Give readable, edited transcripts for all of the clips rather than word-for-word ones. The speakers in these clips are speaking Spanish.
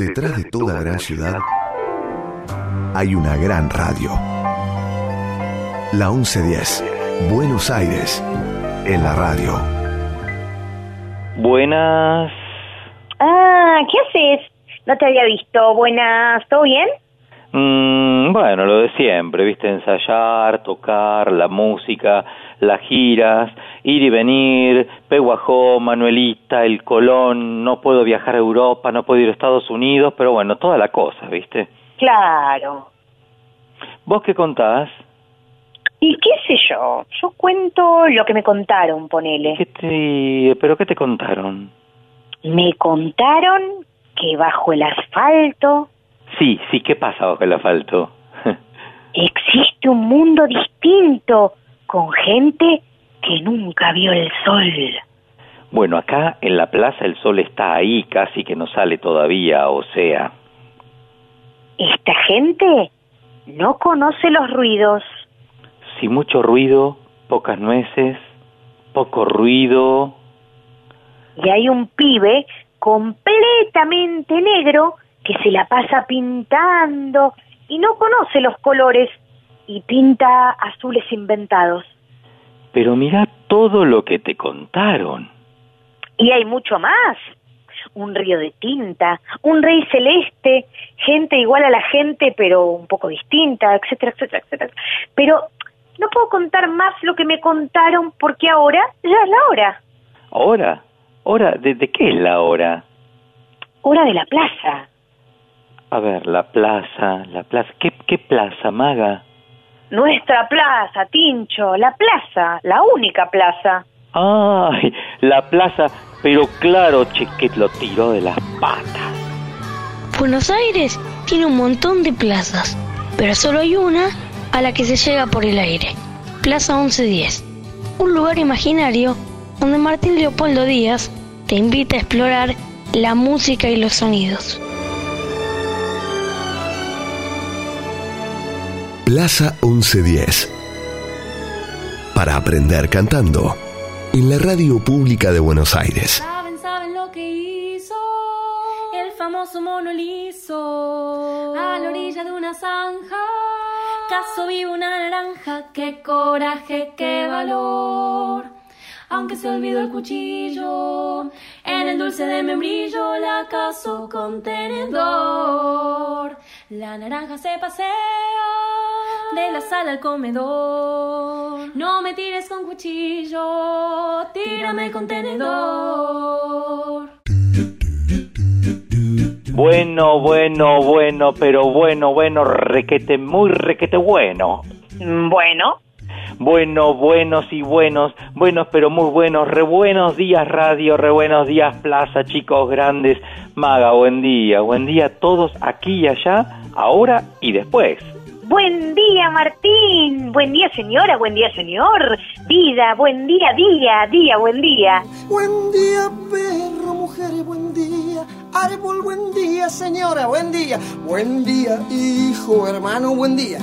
Detrás de toda gran ciudad hay una gran radio. La 1110, Buenos Aires, en la radio. Buenas. ¿Qué haces? No te había visto. Buenas, ¿todo bien? Bueno, lo de siempre, viste, ensayar, tocar, la música, las giras, ir y venir, Peguajó, Manuelita, El Colón, no puedo viajar a Europa, no puedo ir a Estados Unidos, pero bueno, toda la cosa, viste. Claro. ¿Vos qué contás? ¿Y qué sé yo? Yo cuento lo que me contaron, ponele. ¿Pero qué te contaron? Me contaron que bajo el asfalto... Sí, ¿qué pasa bajo el asfalto? Existe un mundo distinto, con gente que nunca vio el sol. Bueno, acá en la plaza el sol está ahí, casi que no sale todavía, o sea... Esta gente no conoce los ruidos. Si mucho ruido, pocas nueces, poco ruido... Y hay un pibe completamente negro que se la pasa pintando y no conoce los colores y pinta azules inventados. Pero mira todo lo que te contaron. Y hay mucho más. Un río de tinta, un rey celeste, gente igual a la gente pero un poco distinta, etcétera, etcétera, etcétera. Pero no puedo contar más lo que me contaron porque ahora ya es la hora. ¿Hora? ¿Hora? ¿De qué es la hora? Hora de la plaza. A ver, la plaza. ¿Qué plaza, maga? Nuestra plaza, Tincho, la plaza, la única plaza. ¡Ay! La plaza, pero claro, che, que lo tiró de las patas. Buenos Aires tiene un montón de plazas, pero solo hay una a la que se llega por el aire. Plaza 1110, un lugar imaginario donde Martín Leopoldo Díaz te invita a explorar la música y los sonidos. Plaza 1110. Para aprender cantando en la radio pública de Buenos Aires. ¿Saben lo que hizo el famoso mono liso? A la orilla de una zanja cazó vivo una naranja. ¡Qué coraje, qué valor! Aunque se olvidó el cuchillo, en el dulce de membrillo la cazó con tenedor. La naranja se pasea de la sala al comedor. No me tires con cuchillo, tírame con tenedor. Bueno, pero bueno, requete, muy requete bueno. Bueno. Bueno, buenos y buenos, pero muy buenos, re buenos días radio, re buenos días plaza, chicos grandes, maga, buen día a todos aquí y allá, ahora y después. Buen día, Martín, buen día, señora, buen día, señor, vida, buen día, día, buen día. Buen día, perro, mujer, buen día, árbol, buen día, señora, buen día, hijo, hermano, buen día,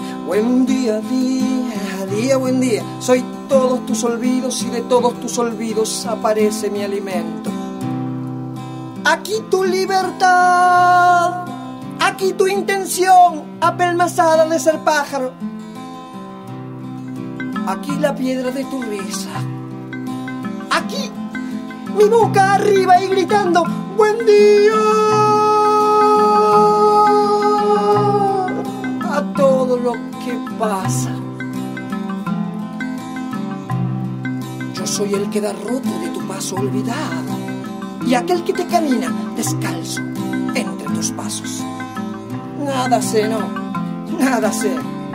día, buen día. Soy todos tus olvidos y de todos tus olvidos aparece mi alimento. Aquí tu libertad, aquí tu intención apelmazada de ser pájaro. Aquí la piedra de tu risa. Aquí mi boca arriba y gritando ¡buen día! A todo lo que pasa. Yo soy el que da roto de tu paso olvidado y aquel que te camina descalzo entre tus pasos. Nada sé, no, nada sé.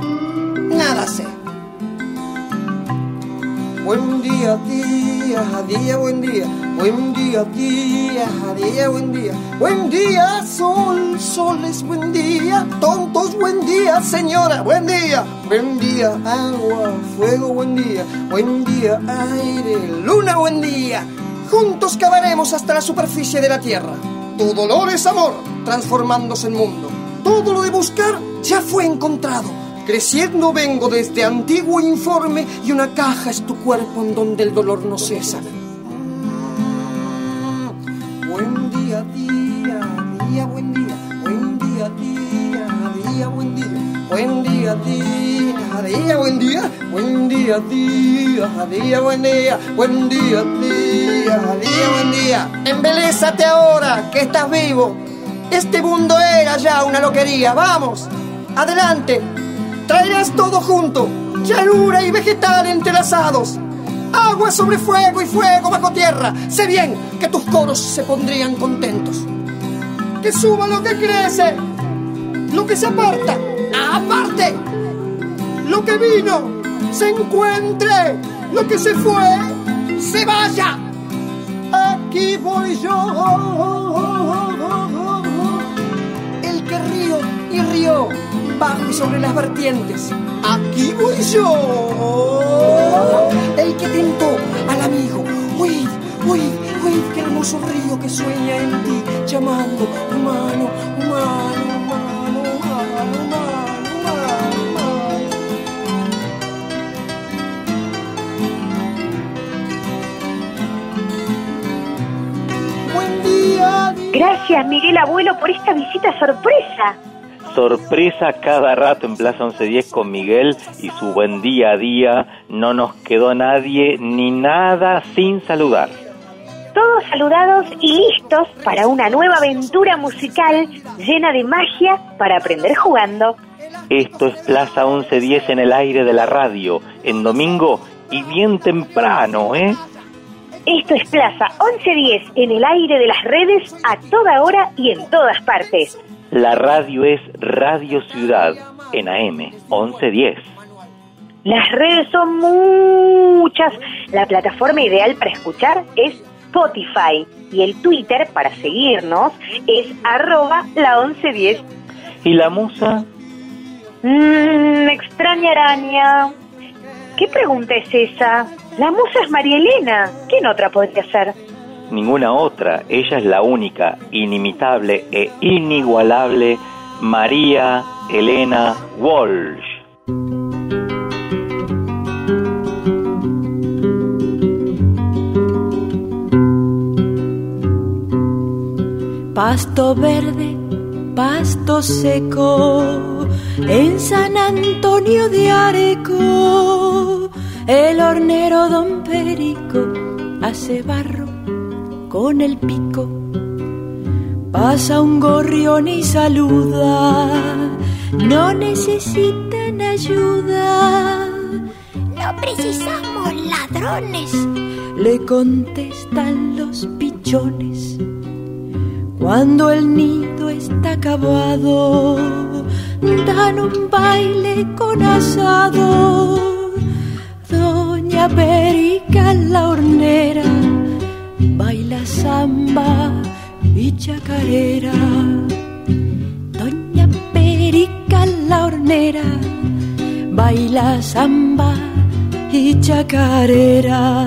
Buen día, día, buen día. Buen día, día, buen día. Buen día, sol, soles, buen día. Tontos, buen día, señora, buen día. Buen día, agua, fuego, buen día. Buen día, aire, luna, buen día. Juntos cavaremos hasta la superficie de la tierra. Tu dolor es amor, transformándose en mundo. Todo lo de buscar ya fue encontrado. Creciendo vengo desde antiguo informe y una caja es tu cuerpo en donde el dolor no cesa. Buen día, día, buen día. día, buen día. Buen día, día, día, buen día. Buen día, día, día, buen día. Buen día, día, día, buen día. Embelésate ahora que estás vivo. Este mundo era ya una loquería. Vamos, adelante. Traerás todo junto. Llanura y vegetal entrelazados. Agua sobre fuego y fuego bajo tierra. Sé bien que tus coros se pondrían contentos. Que suba lo que crece, lo que se aparta, aparte. Lo que vino, se encuentre. Lo que se fue, se vaya. Aquí voy yo. El que río y río, bajo y sobre las vertientes. Aquí voy yo. El que tentó al amigo. Oíd, oíd, oíd, qué hermoso río que sueña en ti, llamando humano, humano, humano, humano, humano, humano. Buen día. Gracias, Miguel Abuelo, por esta visita sorpresa. Sorpresa cada rato en Plaza 1110 con Miguel y su buen día a día. No nos quedó nadie ni nada sin saludar. Todos saludados y listos para una nueva aventura musical llena de magia para aprender jugando. Esto es Plaza 1110 en el aire de la radio, en domingo y bien temprano, ¿eh? Esto es Plaza 1110 en el aire de las redes a toda hora y en todas partes. La radio es Radio Ciudad, en AM 1110. Las redes son muchas. La plataforma ideal para escuchar es Spotify. Y el Twitter para seguirnos es @la1110. ¿Y la musa? Extraña araña. ¿Qué pregunta es esa? La musa es María Elena. ¿Quién otra podría ser? Ninguna otra. Ella es la única, inimitable e inigualable María Elena Walsh. Pasto verde, pasto seco, en San Antonio de Areco, el hornero Don Perico hace barro con el pico. Pasa un gorrión y saluda, no necesitan ayuda, no precisamos ladrones, le contestan los pichones. Cuando el nido está acabado, dan un baile con asado. Doña Perica la hornera baila samba y chacarera. Doña Perica la hornera baila samba y chacarera.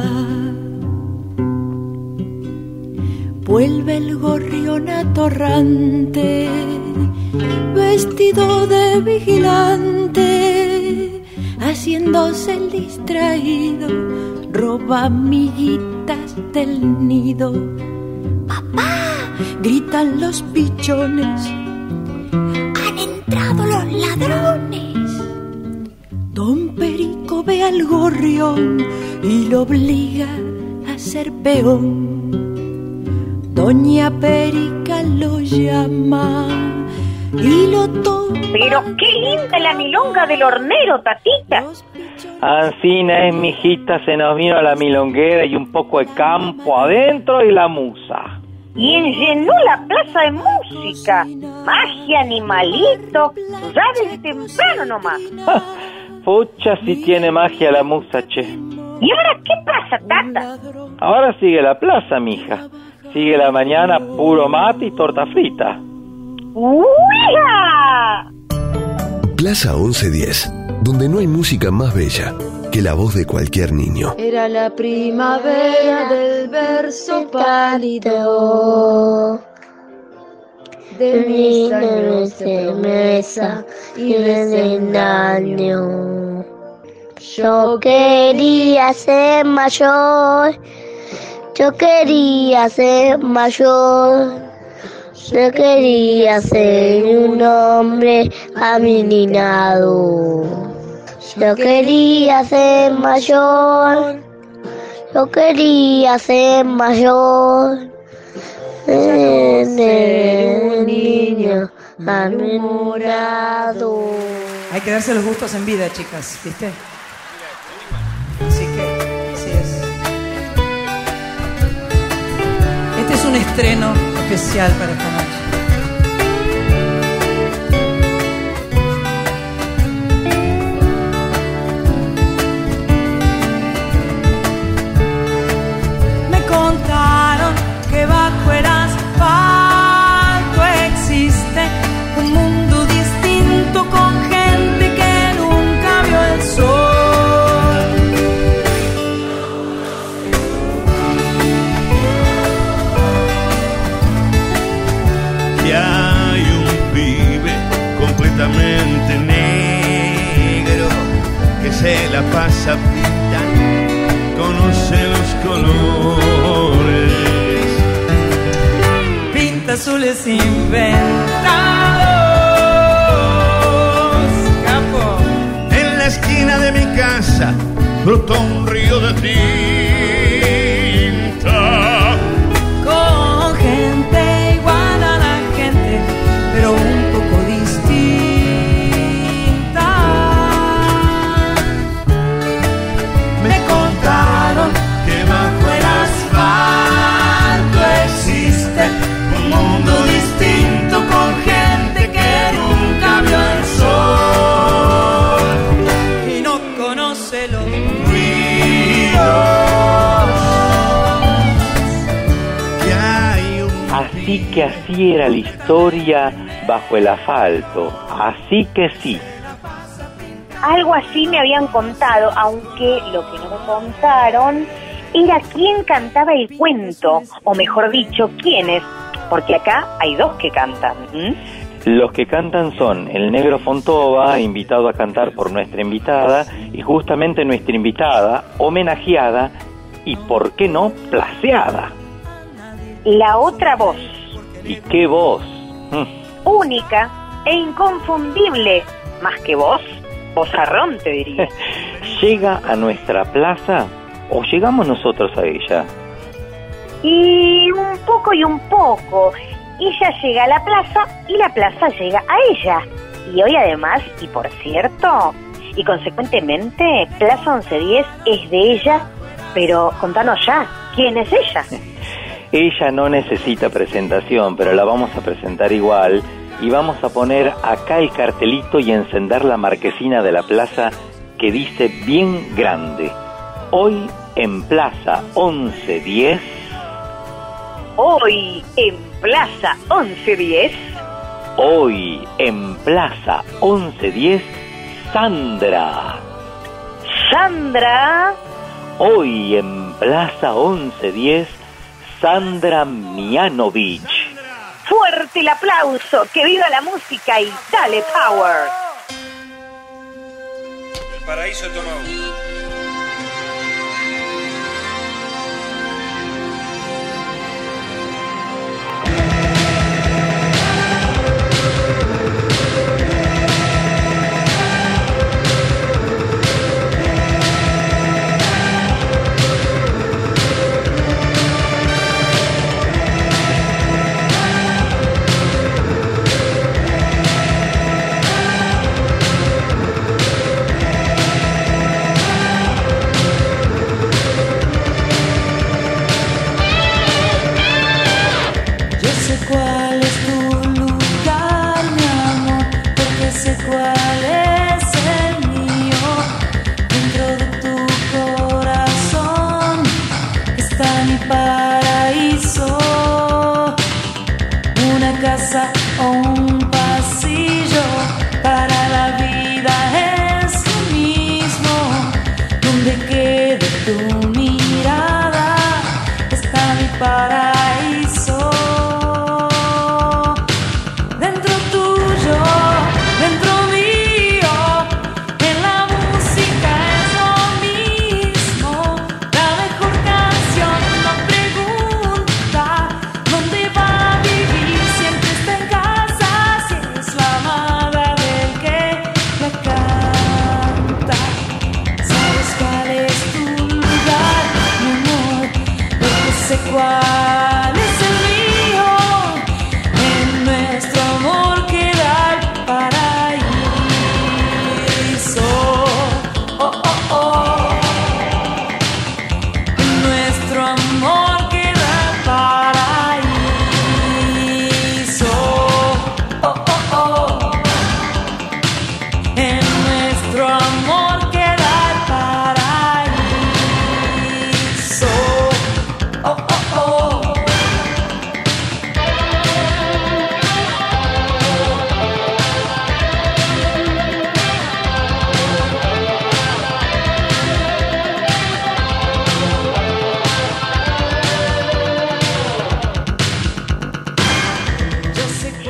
Vuelve el gorrión atorrante, vestido de vigilante, haciéndose el distraído, roba amiguitas del nido. ¡Papá!, gritan los pichones, ¡han entrado los ladrones! Don Perico ve al gorrión y lo obliga a ser peón. Doña Perica lo llama y lo toma. Pero qué linda la milonga del hornero, tatita. Ancina es, mijita, se nos vino la milonguera y un poco de campo adentro y la musa. Y llenó la plaza de música. Magia, animalito. Ya desde temprano nomás. Pucha, si tiene magia la musa, che. ¿Y ahora qué pasa, tata? Ahora sigue la plaza, mija. Sigue la mañana puro mate y torta frita. ¡Uya! Plaza 1110, donde no hay música más bella que la voz de cualquier niño. Era la primavera del verso pálido, de mis años de mesa y vecindario. Yo quería ser mayor. Yo quería ser mayor, Yo quería ser un hombre amininado. Yo quería ser mayor. Yo quería ser mayor. Ser un niño enamorado. Hay que darse los gustos en vida, chicas, ¿viste? Así que, así es. Este es un estreno especial para esta noche. Me contaron que bajo el asfalto existe un mundo distinto con gente que nunca vio el sol. Que hay un pibe completamente negro que se la pasa pintando, conoce los colores, Pinta azules inventados, capo. en la esquina de mi casa brotó un río de tinta. Con gente igual a la gente, pero un poco distinta. Me contaron Que bajo el asfalto existe un mundo distinto con gente que nunca vio el sol. y no conoce los Que hay un Así que así era la historia bajo el asfalto. Así que sí. Algo así me habían contado, aunque lo que no me contaron era quién cantaba el cuento, o mejor dicho, quiénes, porque acá hay dos que cantan. Los que cantan son el Negro Fontova, invitado a cantar por nuestra invitada, y justamente nuestra invitada, homenajeada y, ¿por qué no?, placeada. La otra voz, ¿Y qué voz? única e inconfundible, más que voz, vozarrón te diría. ¿Llega a nuestra plaza o llegamos nosotros a ella? Y un poco y un poco. Ella llega a la plaza y la plaza llega a ella. Y hoy además, y por cierto, y consecuentemente, Plaza 1110 es de ella, pero contanos ya, ¿quién es ella? Ella no necesita presentación, pero la vamos a presentar igual y vamos a poner acá el cartelito y encender la marquesina de la plaza que dice bien grande: hoy en Plaza 1110. Hoy en Plaza 1110. Hoy en Plaza 1110, Sandra. Sandra. Hoy en Plaza 1110, Sandra Mianovich. Fuerte el aplauso, que viva la música y dale power. El paraíso toma uno.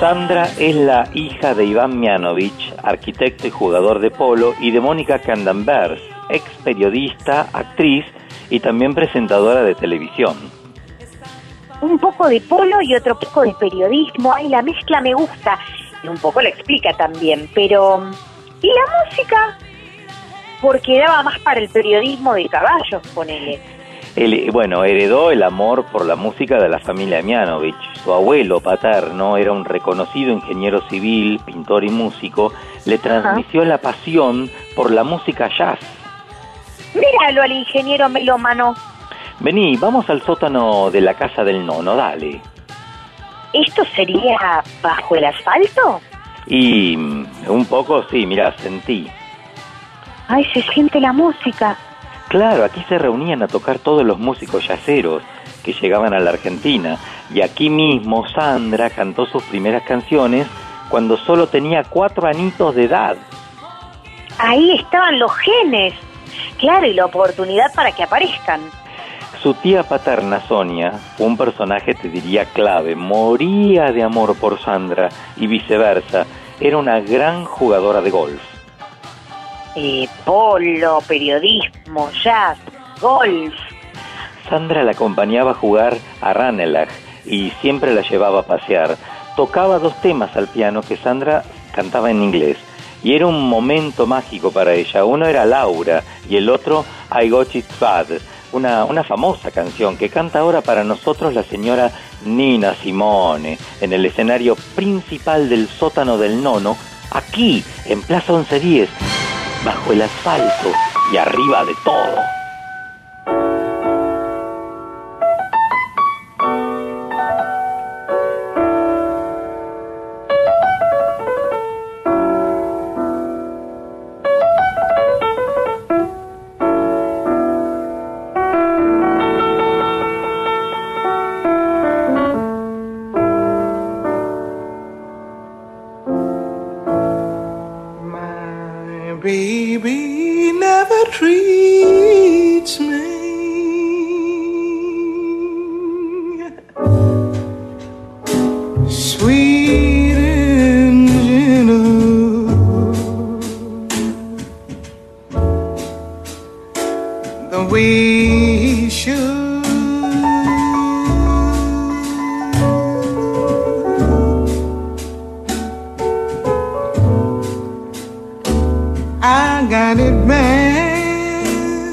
Sandra es la hija de Iván Mianovich, arquitecto y jugador de polo, y de Mónica Candanvers, ex periodista, actriz y también presentadora de televisión. Un poco de polo y otro poco de periodismo. Ay, la mezcla me gusta. Y un poco la explica también, pero... ¿Y la música? Porque daba más para el periodismo de caballos, ponele. Bueno, heredó el amor por la música de la familia Mianovich. Su abuelo paterno era un reconocido ingeniero civil, pintor y músico. Le transmitió la pasión por la música jazz. Míralo al ingeniero melómano. Vení, vamos al sótano de la casa del nono, dale. ¿Esto sería bajo el asfalto? Y un poco, sí, mirá, sentí. Ay, se siente la música. Claro, aquí se reunían a tocar todos los músicos yaceros que llegaban a la Argentina. Y aquí mismo Sandra cantó sus primeras canciones cuando solo tenía 4 añitos de edad. Ahí estaban los genes. Claro, y la oportunidad para que aparezcan. Su tía paterna, Sonia, un personaje, te diría, clave, moría de amor por Sandra y viceversa. Era una gran jugadora de golf. Polo, periodismo, jazz, golf. Sandra la acompañaba a jugar a Ranelagh y siempre la llevaba a pasear. Tocaba 2 temas al piano que Sandra cantaba en inglés. Y era un momento mágico para ella. Uno era Laura y el otro I Got It Bad. Una famosa canción que canta ahora para nosotros la señora Nina Simone en el escenario principal del sótano del nono, aquí en Plaza 1110, bajo el asfalto y arriba de todo. Baby never treats me sweet and gentle the way he should. I got it bad,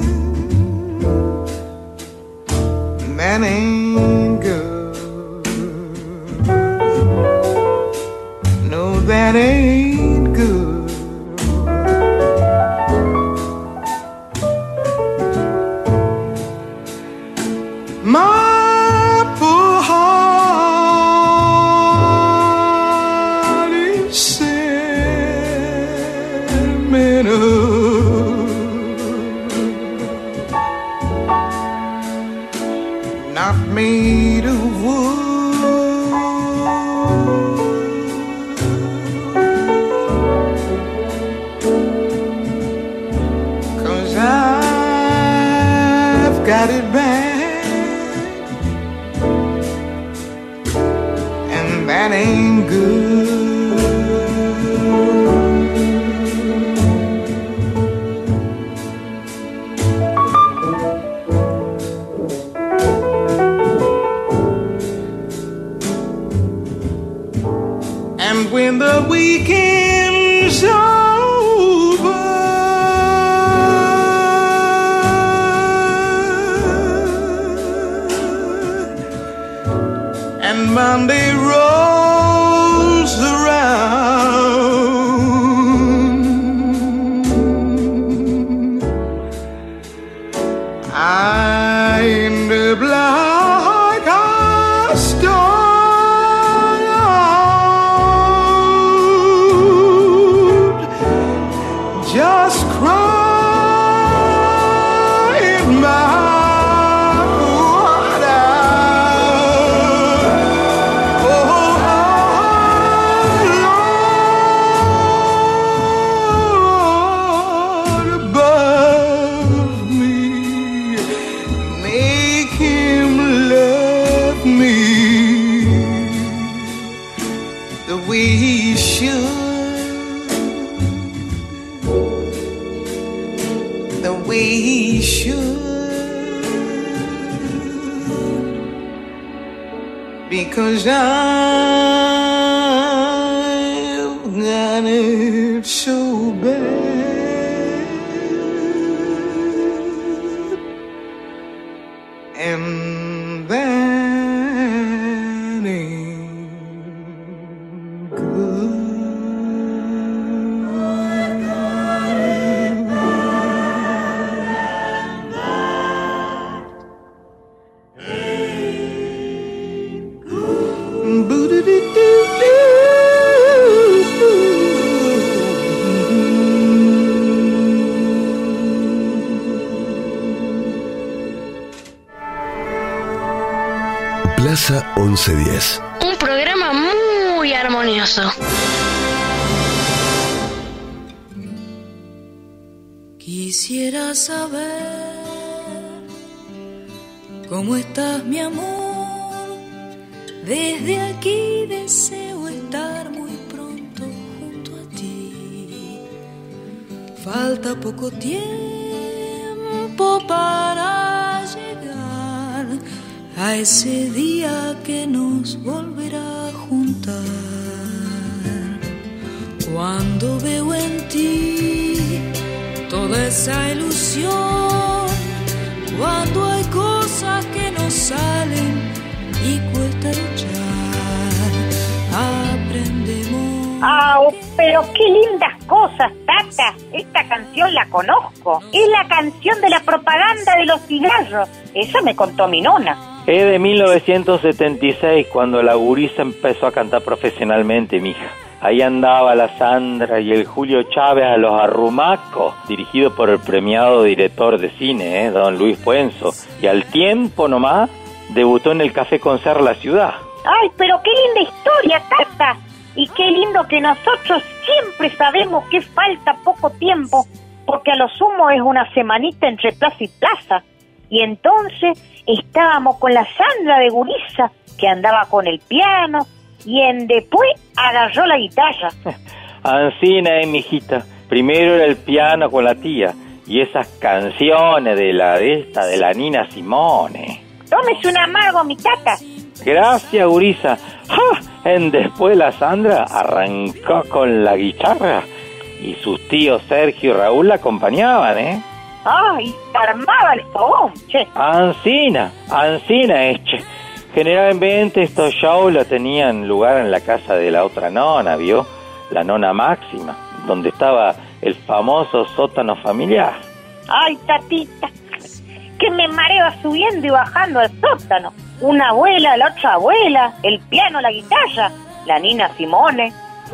that ain't good. No, that ain't good. My poor heart is sentimental. Not made of wood. 'Cause I've got it bad, and that ain't good. And when the weekend's over and Monday rolls around, I end up like a star. Just crying my heart out. Oh, I he should, because I've got it so bad, and that ain't good. Plaza 1110. Un programa muy armonioso. Quisiera saber cómo estás, mi amor. Desde aquí deseo estar muy pronto junto a ti. Falta poco tiempo para llegar a ese día que nos volverá a juntar. Cuando veo en ti toda esa ilusión, cuando hay cosas que no salen y cuesta luchar, aprendemos. Pero qué lindas cosas, Tata. Esta canción la conozco. Es la canción de la propaganda de los cigarros. Esa me contó mi nona. Es de 1976, cuando la gurisa empezó a cantar profesionalmente, mija. Ahí andaba la Sandra y el Julio Chávez a los arrumacos, dirigido por el premiado director de cine, don Luis Puenzo. Y al tiempo nomás, debutó en el Café Concert La Ciudad. Ay, pero qué linda historia, Tata. Y qué lindo que nosotros siempre sabemos que falta poco tiempo, porque a lo sumo es una semanita entre plaza y plaza. Y entonces estábamos con la Sandra de gurisa, que andaba con el piano, y después agarró la guitarra. Ancina, mijita. Primero era el piano con la tía, y esas canciones de la Nina Simone. Tómese un amargo, mi Tata. Gracias, gurisa. ¡Ja! Después la Sandra arrancó con la guitarra, y sus tíos Sergio y Raúl la acompañaban, Ay, armaba el fogón, che. Ancina, che. Generalmente estos shows lo tenían lugar en la casa de la otra nona, ¿vio? La nona Máxima, donde estaba el famoso sótano familiar. Ay, Tatita, que me mareo subiendo y bajando al sótano. Una abuela, la otra abuela, el piano, la guitarra, la Nina Simone.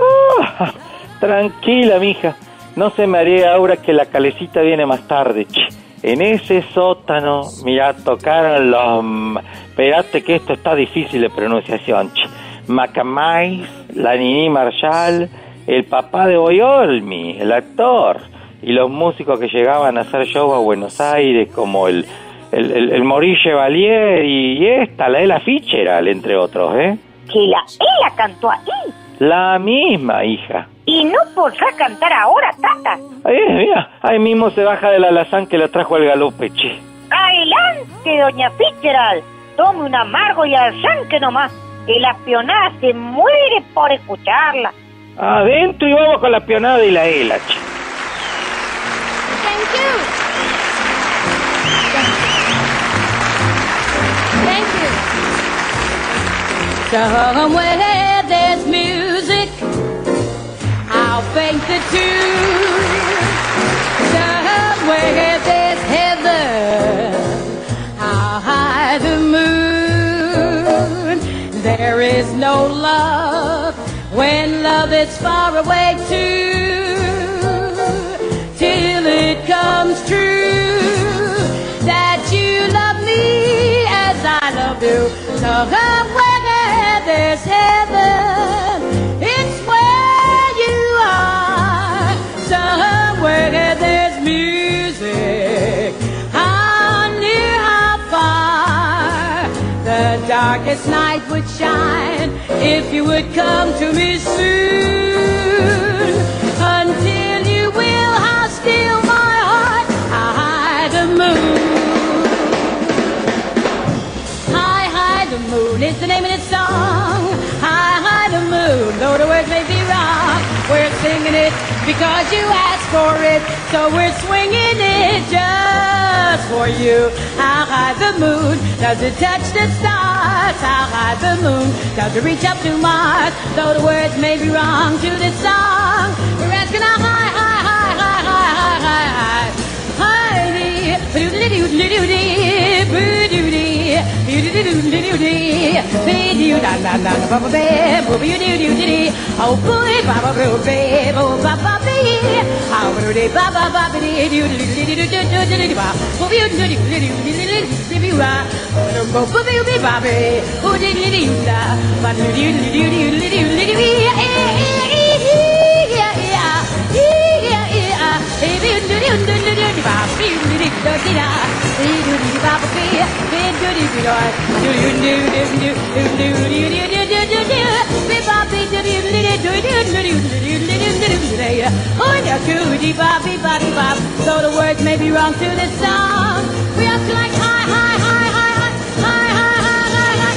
Tranquila, mija. No se marea ahora que la calecita viene más tarde, che. En ese sótano, mira, tocaron los... Esperate que esto está difícil de pronunciación, che. Macamais, la Nini Marshall, el papá de Boyolmi, el actor, y los músicos que llegaban a hacer show a Buenos Aires, como el Maurice Chevalier y la Ella Fitzgerald, entre otros, ¿Que la Ella cantó ahí? La misma, hija. ¿Y no podrá cantar ahora, Tata? Mira, ahí mismo se baja del alazán que la trajo al galope, che. Adelante, doña Fitzgerald. Tome un amargo y arranque nomás. Que la pionada se muere por escucharla. Adentro y vamos con la pionada y la Ela, che. Thank you. Thank you. Somewhere there's music, I'll face the tune. Somewhere there's heaven, I'll hide the moon. There is no love when love is far away too, till it comes true that you love me as I love you. Somewhere there's heaven, it's where you are. Somewhere there's music, how near, how far. The darkest night would shine if you would come to me soon. Until you will, how still my heart, I singing it because you asked for it. So we're swinging it just for you. How high the moon does it touch the stars? How high the moon does it reach up to Mars? Though the words may be wrong to this song, we're asking how high, high, high, high, high, high, high, high. So the words may be wrong to this song. We have to like high, high, high, high, high, high, high, high, high, high.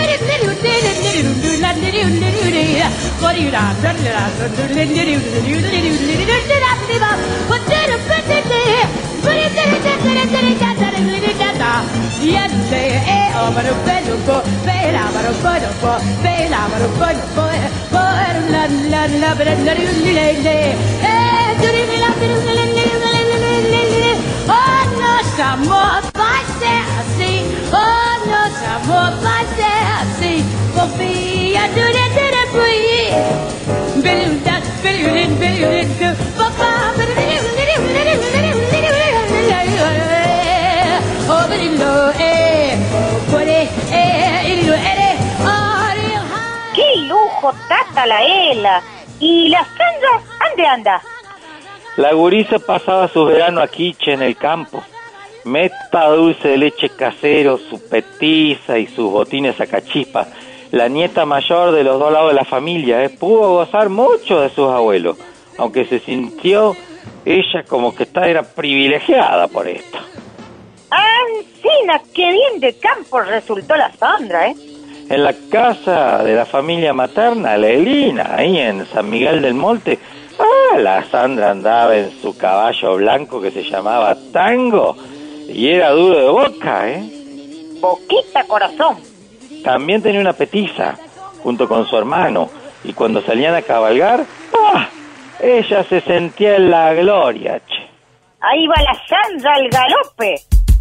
¡Qué lujo, Tata, la Ela! ¿Y la Sandra? ¿Dónde anda? La gurisa pasaba su verano aquí, che, en el campo. Meta dulce de leche casero, su petiza y sus botines a cachispa. La nieta mayor de los dos lados de la familia, pudo gozar mucho de sus abuelos, aunque se sintió ella como que era privilegiada por esto. ¡Ancina! ¡Qué bien de campo resultó la Sandra, En la casa de la familia materna, la Elina, ahí en San Miguel del Monte, la Sandra andaba en su caballo blanco que se llamaba Tango y era duro de boca, Boquita corazón. También tenía una petiza junto con su hermano y cuando salían a cabalgar, ella se sentía en la gloria, che. Ahí va la Sandra al galope.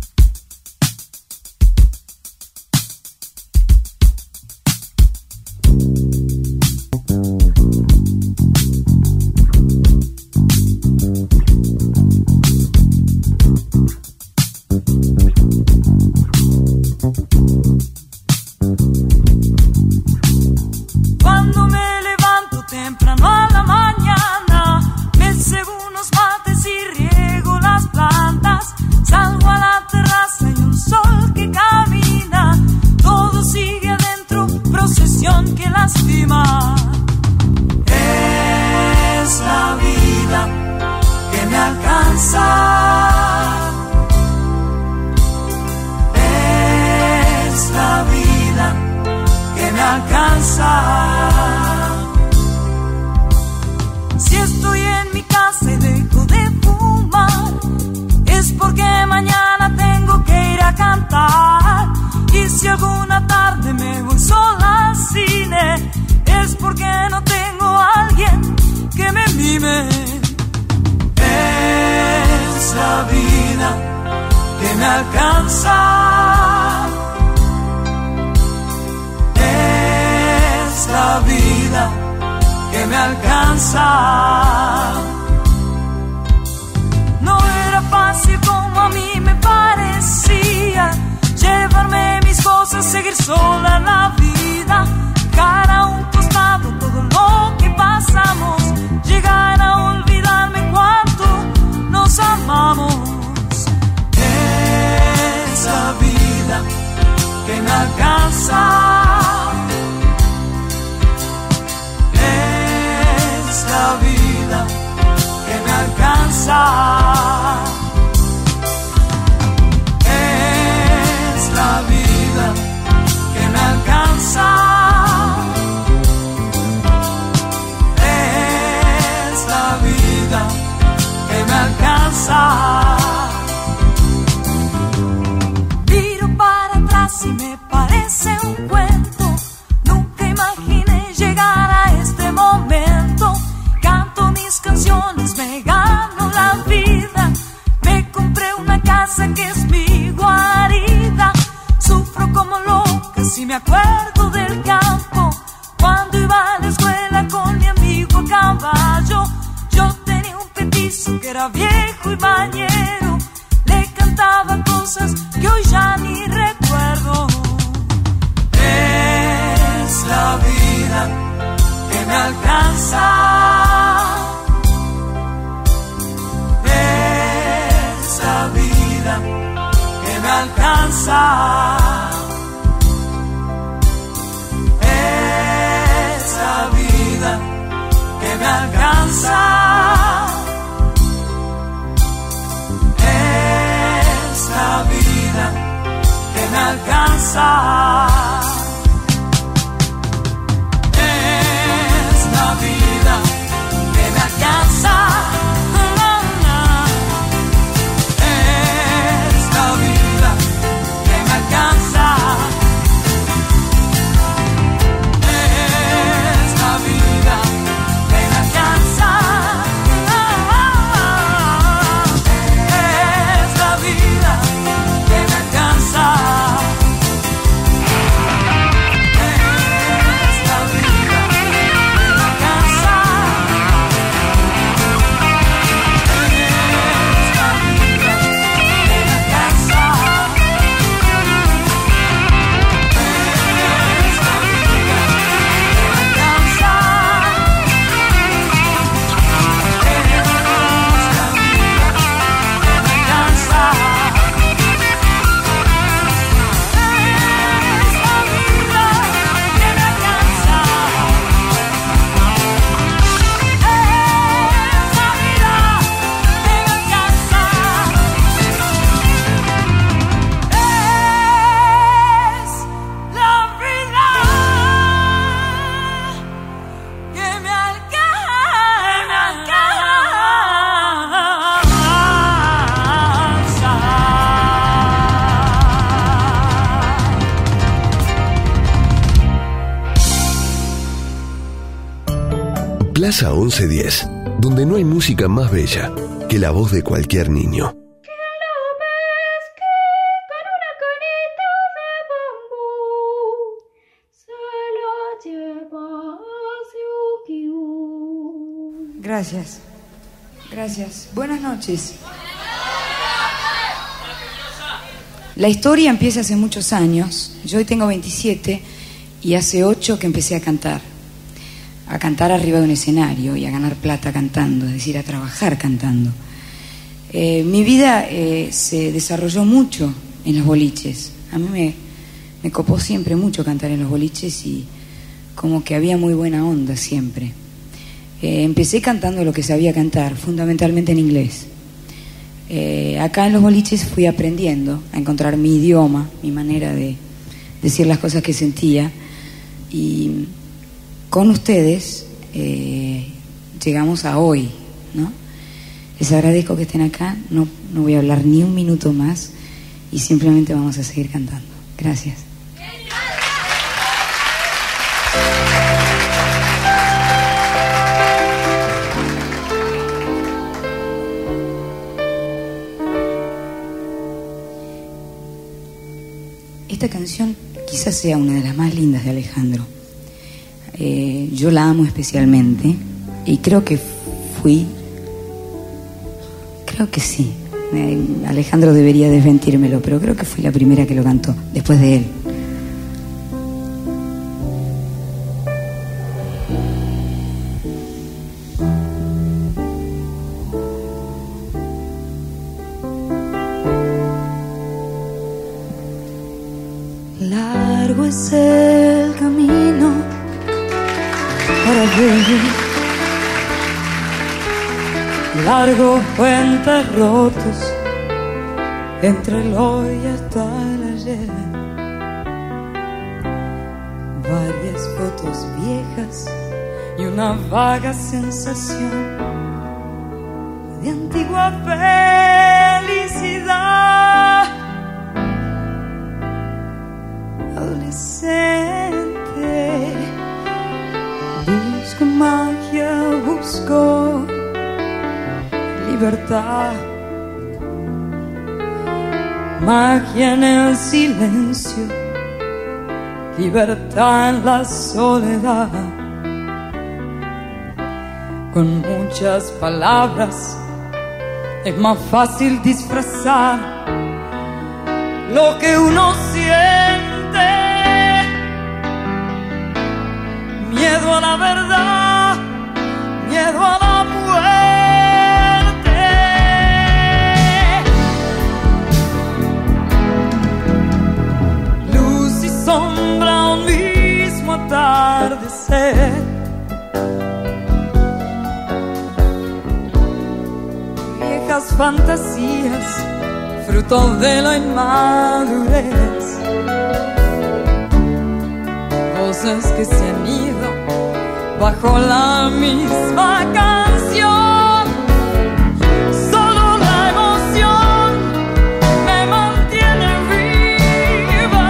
Cuando me levanto temprano a la mañana, me cebo unos mates y riego las plantas. Salgo a la terraza y un sol que camina. Todo sigue adentro, procesión que lastima. Es la vida que me alcanza. Es la vida que me alcanza. Si estoy en mi casa y dejo de fumar, es porque mañana tengo que ir a cantar. Y si alguna tarde me voy sola al cine, es porque no tengo a alguien que me mime. Es la vida que me alcanza. Es la vida que me alcanza. No era fácil como a mí me parecía llevarme mis cosas, seguir sola en la vida. Cara a un costado todo lo que pasamos, llegar a olvidarme cuánto nos amamos. Es la vida que me alcanza. Es la vida que me alcanza. Es la vida que me alcanza. Es vida que me alcanza. Miro para atrás y me parece un cuento. Nunca imaginé llegar a este momento. Canto mis canciones, me gano la vida. Me compré una casa que es mi guarida. Sufro como loca si me acuerdo del campo. Cuando iba a la escuela con mi amigo a caballo, yo tenía un petizo que era viejo y mañero. Le cantaba cosas que hoy ya ni recuerdo. Es la vida que me alcanza. Es la vida que me alcanza. Es la vida que me alcanza. Es la vida que me alcanza. Es la vida que me alcanza. Es la vida que me alcanza. Es la vida que me alcanza. Es la vida que me alcanza. Es la vida que me alcanza. Es la vida que me alcanza. Es la vida que me alcanza. Plaza 1110, donde no hay música más bella que la voz de cualquier niño. Gracias. Gracias. Buenas noches. La historia empieza hace muchos años. Yo hoy tengo 27 y hace 8 que empecé a cantar arriba de un escenario y a ganar plata cantando, es decir, a trabajar cantando. Mi vida se desarrolló mucho en los boliches. A mí me copó siempre mucho cantar en los boliches y como que había muy buena onda siempre. Empecé cantando lo que sabía cantar, fundamentalmente en inglés. Acá en los boliches fui aprendiendo a encontrar mi idioma, mi manera de decir las cosas que sentía, y con ustedes llegamos a hoy, ¿no? Les agradezco que estén acá, no voy a hablar ni un minuto más y simplemente vamos a seguir cantando. Gracias. Esta canción quizás sea una de las más lindas de Alejandro. Yo la amo especialmente y creo que sí. Alejandro debería desmentírmelo, pero creo que fui la primera que lo cantó después de él. Largo es el camino para ver, largo puentes rotos entre el hoy hasta el ayer, varias fotos viejas y una vaga sensación de antigua felicidad. Adolescente, busco magia, busco libertad. Magia en el silencio, libertad en la soledad. Con muchas palabras es más fácil disfrazar lo que uno siente. Miedo a la verdad, miedo a la muerte. Luz y sombra, un mismo atardecer. Viejas fantasías, fruto de la inmadurez. Voces que se han ido bajo la misma canción. Solo la emoción me mantiene viva.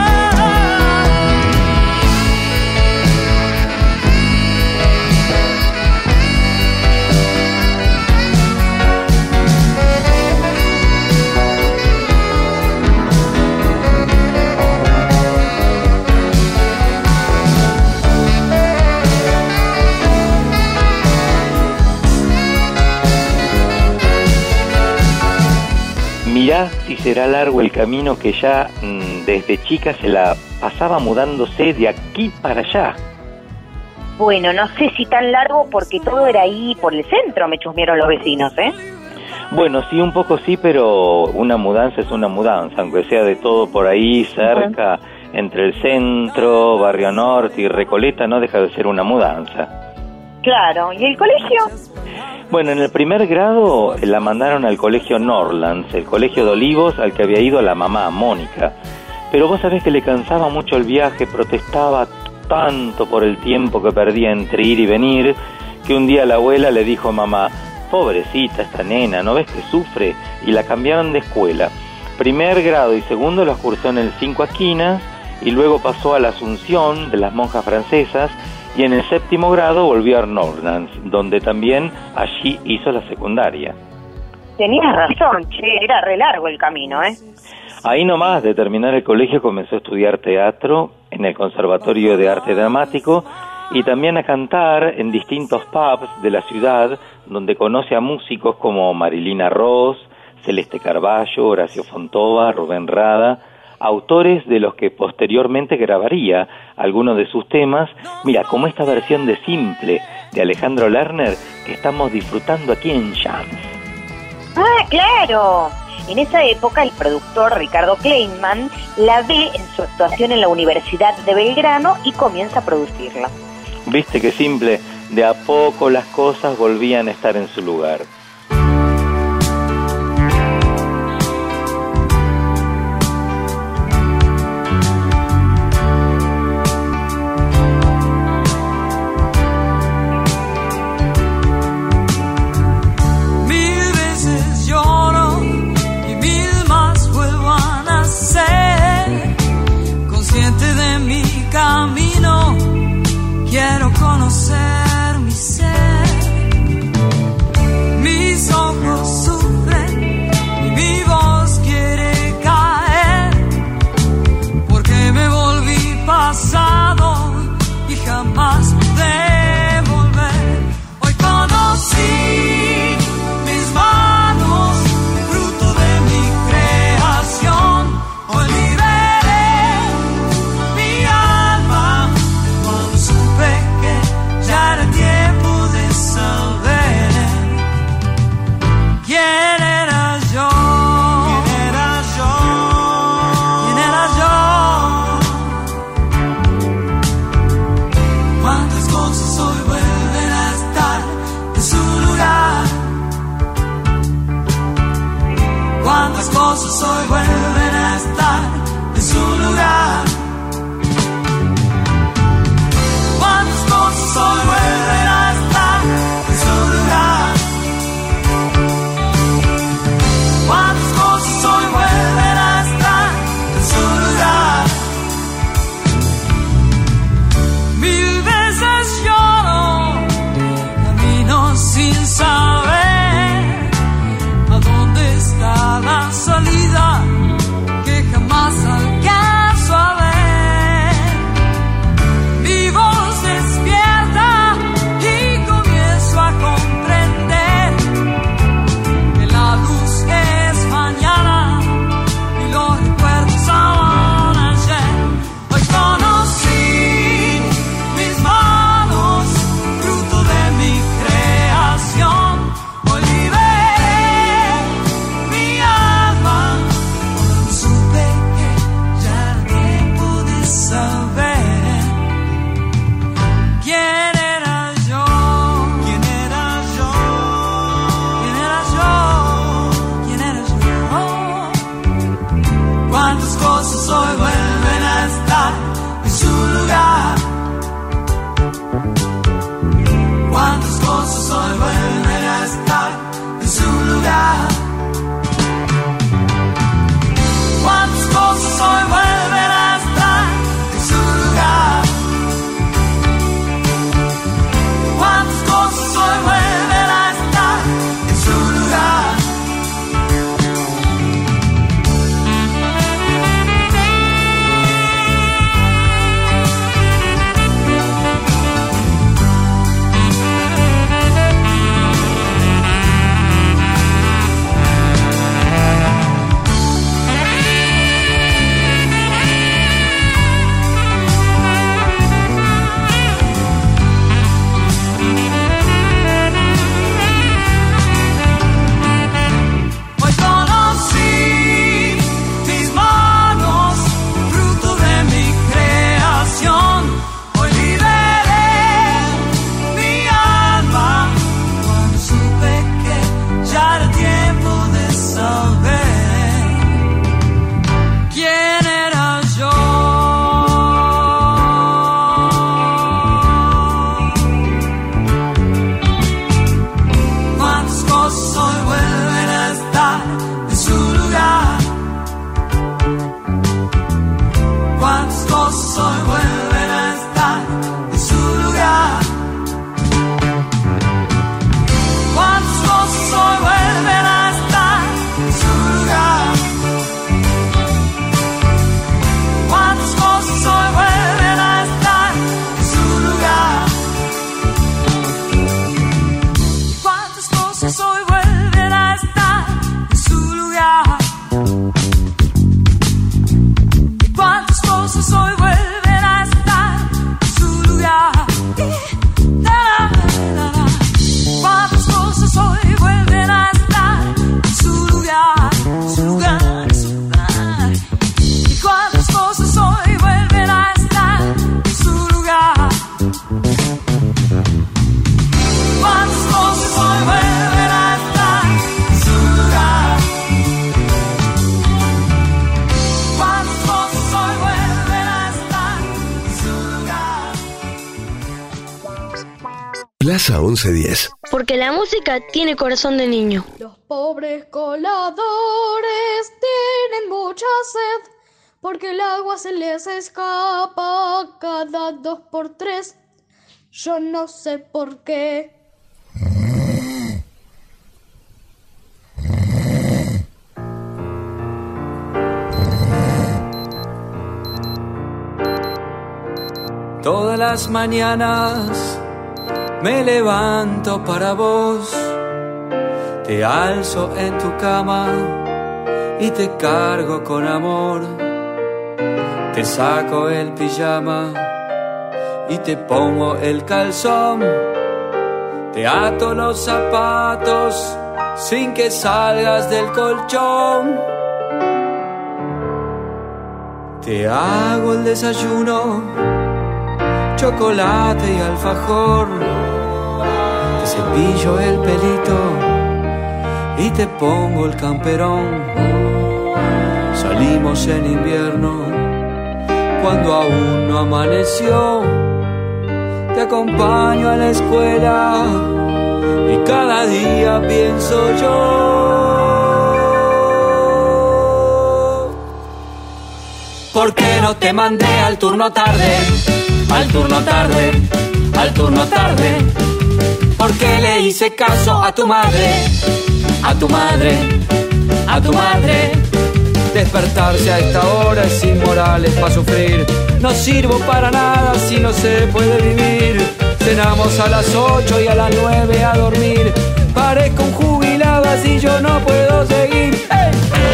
Mirá si será largo el camino que ya desde chica se la pasaba mudándose de aquí para allá. Bueno, no sé si tan largo porque todo era ahí por el centro, me chusmearon los vecinos, ¿eh? Bueno, sí, un poco sí, pero una mudanza es una mudanza, aunque sea de todo por ahí cerca, entre el centro, Barrio Norte y Recoleta, no deja de ser una mudanza. Claro, ¿y el colegio? Bueno, en el primer grado la mandaron al colegio Norlands, el colegio de Olivos al que había ido la mamá, Mónica. Pero vos sabés que le cansaba mucho el viaje, protestaba tanto por el tiempo que perdía entre ir y venir, que un día la abuela le dijo a mamá: pobrecita esta nena, ¿no ves que sufre? Y la cambiaron de escuela. Primer grado y segundo los cursó en el Cinco Esquinas y luego pasó a la Asunción de las monjas francesas, y en el séptimo grado volvió a Norlands, donde también allí hizo la secundaria. Tenías razón, che, era re largo el camino, ¿eh? Ahí nomás de terminar el colegio comenzó a estudiar teatro en el Conservatorio de Arte Dramático y también a cantar en distintos pubs de la ciudad, donde conoce a músicos como Marilina Ross, Celeste Carballo, Horacio Fontova, Rubén Rada, autores de los que posteriormente grabaría algunos de sus temas. Mira, como esta versión de Simple de Alejandro Lerner que estamos disfrutando aquí en Jams. Ah, claro. En esa época el productor Ricardo Kleinman la ve en su actuación en la Universidad de Belgrano y comienza a producirla. Viste que Simple, de a poco las cosas volvían a estar en su lugar. Camino, quiero conocer mi ser. Mis ojos sufren y mi voz quiere caer, porque me volví pasado y jamás pude volver. Hoy conocí mis manos, fruto de mi creación. Hoy ya era tiempo de saber quién era yo, quién era yo, quién era yo. Cuántas cosas hoy vuelven a estar en su lugar. Cuántas cosas hoy vuelven a estar en su lugar. Hoy vuelven a estar en su lugar. voces hoy vuelven a estar en su lugar. Y cuántas voces hoy vuelven a estar en su lugar. Cuántas voces hoy vuelven a estar en su lugar, su lugar, su lugar. Y cuántas voces hoy vuelven a estar en su lugar. Cuántas voces hoy vuelven a estar en su lugar. Cuántas voces hoy vuelven a estar en su lugar. Plaza 1110. Porque la música tiene corazón de niño. Los pobres coladores tienen mucha sed, porque el agua se les escapa cada 2 por 3. Yo no sé por qué. Todas las mañanas me levanto para vos, te alzo en tu cama y te cargo con amor. Te saco el pijama y te pongo el calzón. Te ato los zapatos sin que salgas del colchón. Te hago el desayuno, chocolate y alfajor. Te cepillo el pelito y te pongo el camperón. Salimos en invierno cuando aún no amaneció. Te acompaño a la escuela y cada día pienso yo. ¿Por qué no te mandé al turno tarde? Al turno tarde, al turno tarde. ¿Por qué le hice caso a tu madre? A tu madre, a tu madre. Despertarse a esta hora es inmoral, es pa' sufrir. No sirvo para nada si no se puede vivir. Cenamos a las 8 y a las 9 a dormir. Parezco un jubilado así yo no puedo seguir. ¡Hey!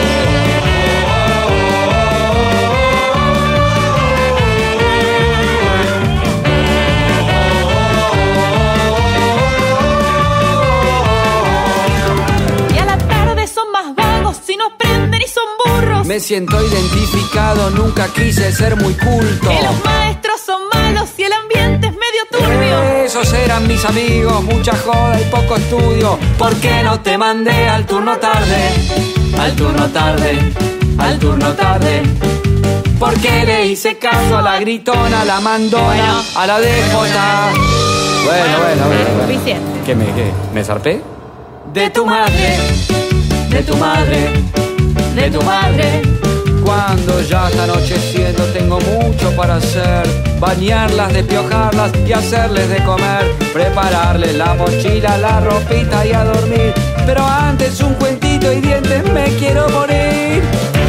Me siento identificado, nunca quise ser muy culto. Que los maestros son malos y el ambiente es medio turbio. Esos eran mis amigos, mucha joda y poco estudio. ¿Por qué no te mandé al turno tarde? Al turno tarde, al turno tarde. ¿Por qué le hice caso a la gritona, a la mandona, a la déjona? Bueno. Suficiente. ¿Qué me zarpé? De tu madre, de tu madre, de tu madre. Cuando ya está anocheciendo tengo mucho para hacer. Bañarlas, despiojarlas y hacerles de comer. Prepararles la mochila, la ropita y a dormir. Pero antes un cuentito y dientes me quiero morir.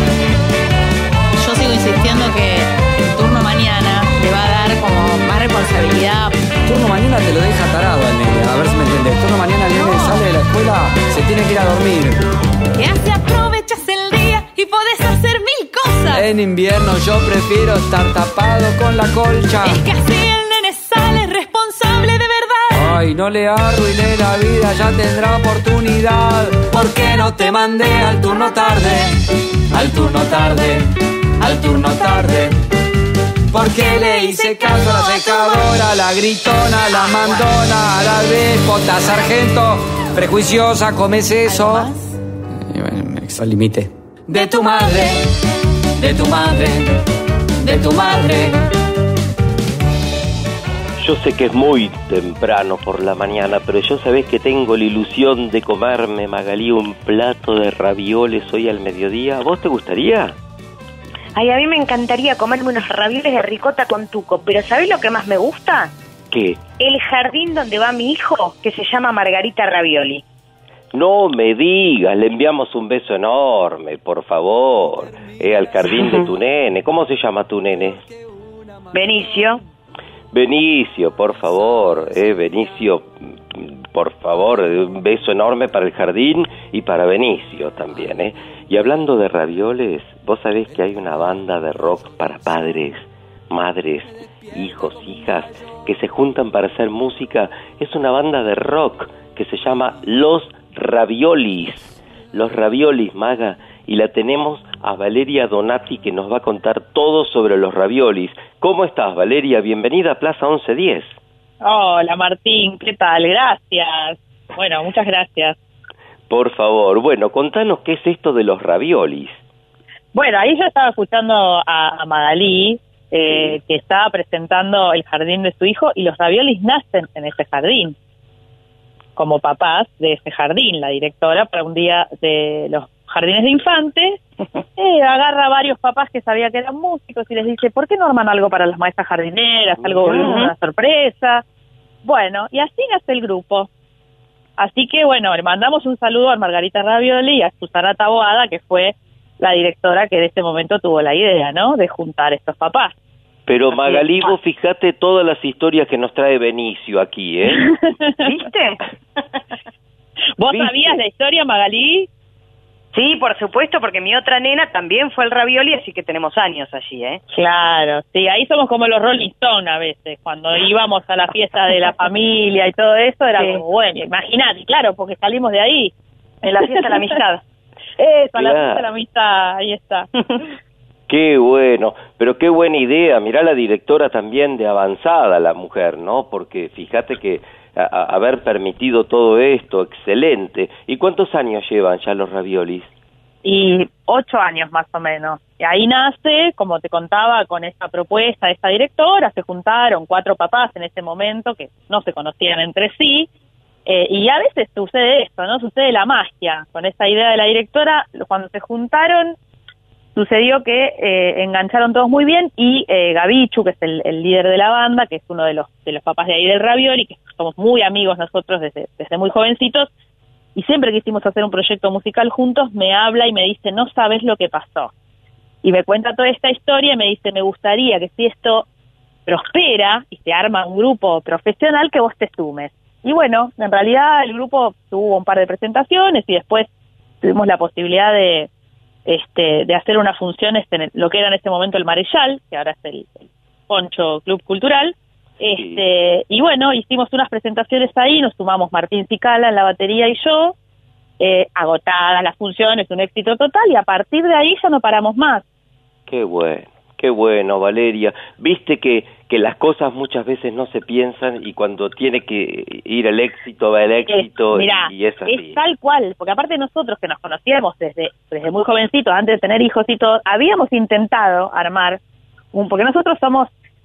Yo sigo insistiendo que el turno mañana le va a dar como más responsabilidad. Turno mañana te lo deja tarado al nene, a ver si me entiendes. Turno mañana el nene sale de la escuela, se tiene que ir a dormir. Que así aprovechas el día y podés hacer 1000 cosas. En invierno yo prefiero estar tapado con la colcha. Es que así el nene sale responsable de verdad. Ay, no le arruiné la vida, ya tendrá oportunidad. ¿Por qué no te mandé al turno tarde? Al turno tarde, al turno tarde. ¿Por qué le hice caso a la secadora, a la gritona, a la mandona, a la déspota, sargento? Prejuiciosa, comes eso. Me exalimité. De tu madre, de tu madre, de tu madre. Yo sé que es muy temprano por la mañana, pero yo sabés que tengo la ilusión de comerme, Magalí, un plato de ravioles hoy al mediodía. ¿A vos te gustaría? Ay, a mí me encantaría comerme unos ravioles de ricota con tuco, pero ¿sabés lo que más me gusta? ¿Qué? El jardín donde va mi hijo, que se llama Margarita Ravioli. No me digas, le enviamos un beso enorme, por favor, al jardín de tu nene. ¿Cómo se llama tu nene? Benicio. Benicio, por favor, Benicio, por favor, un beso enorme para el jardín y para Benicio también, ¿eh? Y hablando de ravioles, vos sabés que hay una banda de rock para padres, madres, hijos, hijas, que se juntan para hacer música. Es una banda de rock que se llama Los Raviolis. Los Raviolis, Maga. Y la tenemos a Valeria Donati, que nos va a contar todo sobre los raviolis. ¿Cómo estás, Valeria? Bienvenida a Plaza 1110. Hola, Martín, ¿qué tal? Gracias. Bueno, muchas gracias. Por favor, bueno, contanos qué es esto de los raviolis. Bueno, ahí yo estaba escuchando a Magalí, que estaba presentando el jardín de su hijo, y los raviolis nacen en ese jardín, como papás de ese jardín. La directora, para un día de los jardines de infantes, agarra a varios papás que sabía que eran músicos y les dice, ¿por qué no arman algo para las maestras jardineras, algo, una sorpresa? Bueno, y así nace el grupo. Así que, bueno, le mandamos un saludo a Margarita Ravioli y a Susana Taboada, que fue la directora que en ese momento tuvo la idea, ¿no?, de juntar estos papás. Pero Magalí, vos fijate todas las historias que nos trae Benicio aquí, ¿eh? ¿Viste? ¿Vos sabías la historia, Magalí? Sí, por supuesto, porque mi otra nena también fue al Ravioli, así que tenemos años allí, ¿eh? Claro, sí, ahí somos como los Rolling Stones a veces, cuando íbamos a la fiesta de la familia y todo eso, era como, bueno, imagínate, claro, porque salimos de ahí. En la fiesta de la amistad. Eso, la fiesta de la amistad, ahí está. Qué bueno, pero qué buena idea. Mirá la directora también de avanzada, la mujer, ¿no? Porque fíjate que haber permitido todo esto, excelente. ¿Y cuántos años llevan ya los raviolis? Y 8 años más o menos. Y ahí nace, como te contaba, con esta propuesta de esta directora, se juntaron 4 papás en ese momento que no se conocían entre sí, y a veces sucede esto, ¿no? Sucede la magia. Con esta idea de la directora, cuando se juntaron, sucedió que engancharon todos muy bien y Gavichu, que es el líder de la banda, que es uno de los papás de ahí del Ravioli, que somos muy amigos nosotros desde muy jovencitos, y siempre quisimos hacer un proyecto musical juntos, me habla y me dice, no sabes lo que pasó. Y me cuenta toda esta historia y me dice, me gustaría que si esto prospera y se arma un grupo profesional, que vos te sumes. Y bueno, en realidad el grupo tuvo un par de presentaciones y después tuvimos la posibilidad de hacer unas funciones en lo que era en ese momento el Marechal, que ahora es el Poncho Club Cultural, y bueno, hicimos unas presentaciones ahí, nos sumamos Martín Cicala en la batería y yo, agotadas las funciones, un éxito total, y a partir de ahí ya no paramos más. Qué bueno, Valeria. Viste que las cosas muchas veces no se piensan y cuando tiene que ir el éxito, va el éxito. Mirá, y es así. Es tal cual, porque aparte nosotros que nos conocíamos desde muy jovencitos, antes de tener hijos y todo, habíamos intentado armar porque nosotros somos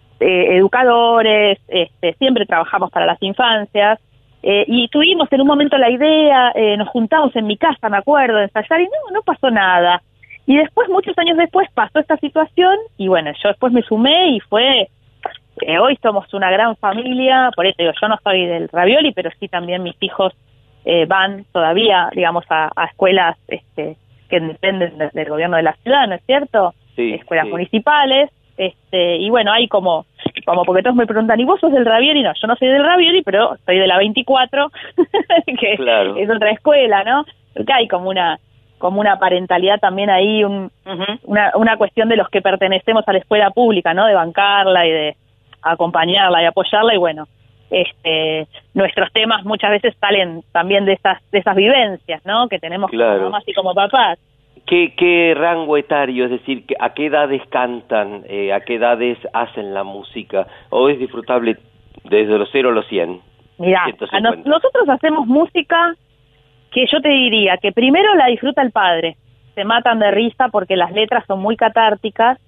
educadores, siempre trabajamos para las infancias, y tuvimos en un momento la idea, nos juntamos en mi casa, me acuerdo, de ensayar, y no pasó nada. Y después, muchos años después, pasó esta situación, y bueno, yo después me sumé y fue, hoy somos una gran familia, por eso digo, yo no soy del Ravioli, pero sí también mis hijos van todavía, digamos, a escuelas que dependen del gobierno de la ciudad, ¿no es cierto? Sí, escuelas municipales, y bueno, hay como porque todos me preguntan, ¿y vos sos del Ravioli? No, yo no soy del Ravioli, pero soy de la 24, que claro, es otra escuela, ¿no? Porque hay como una parentalidad también ahí, una cuestión de los que pertenecemos a la escuela pública, ¿no? De bancarla y de acompañarla y apoyarla, y bueno, nuestros temas muchas veces salen también de esas vivencias, ¿no? Que tenemos como mamás y como papás. ¿Qué rango etario? Es decir, ¿a qué edades cantan? ¿A qué edades hacen la música? ¿O es disfrutable desde los 0 a los 100? Mirá, nosotros hacemos música que yo te diría que primero la disfruta el padre. Se matan de risa porque las letras son muy catárticas,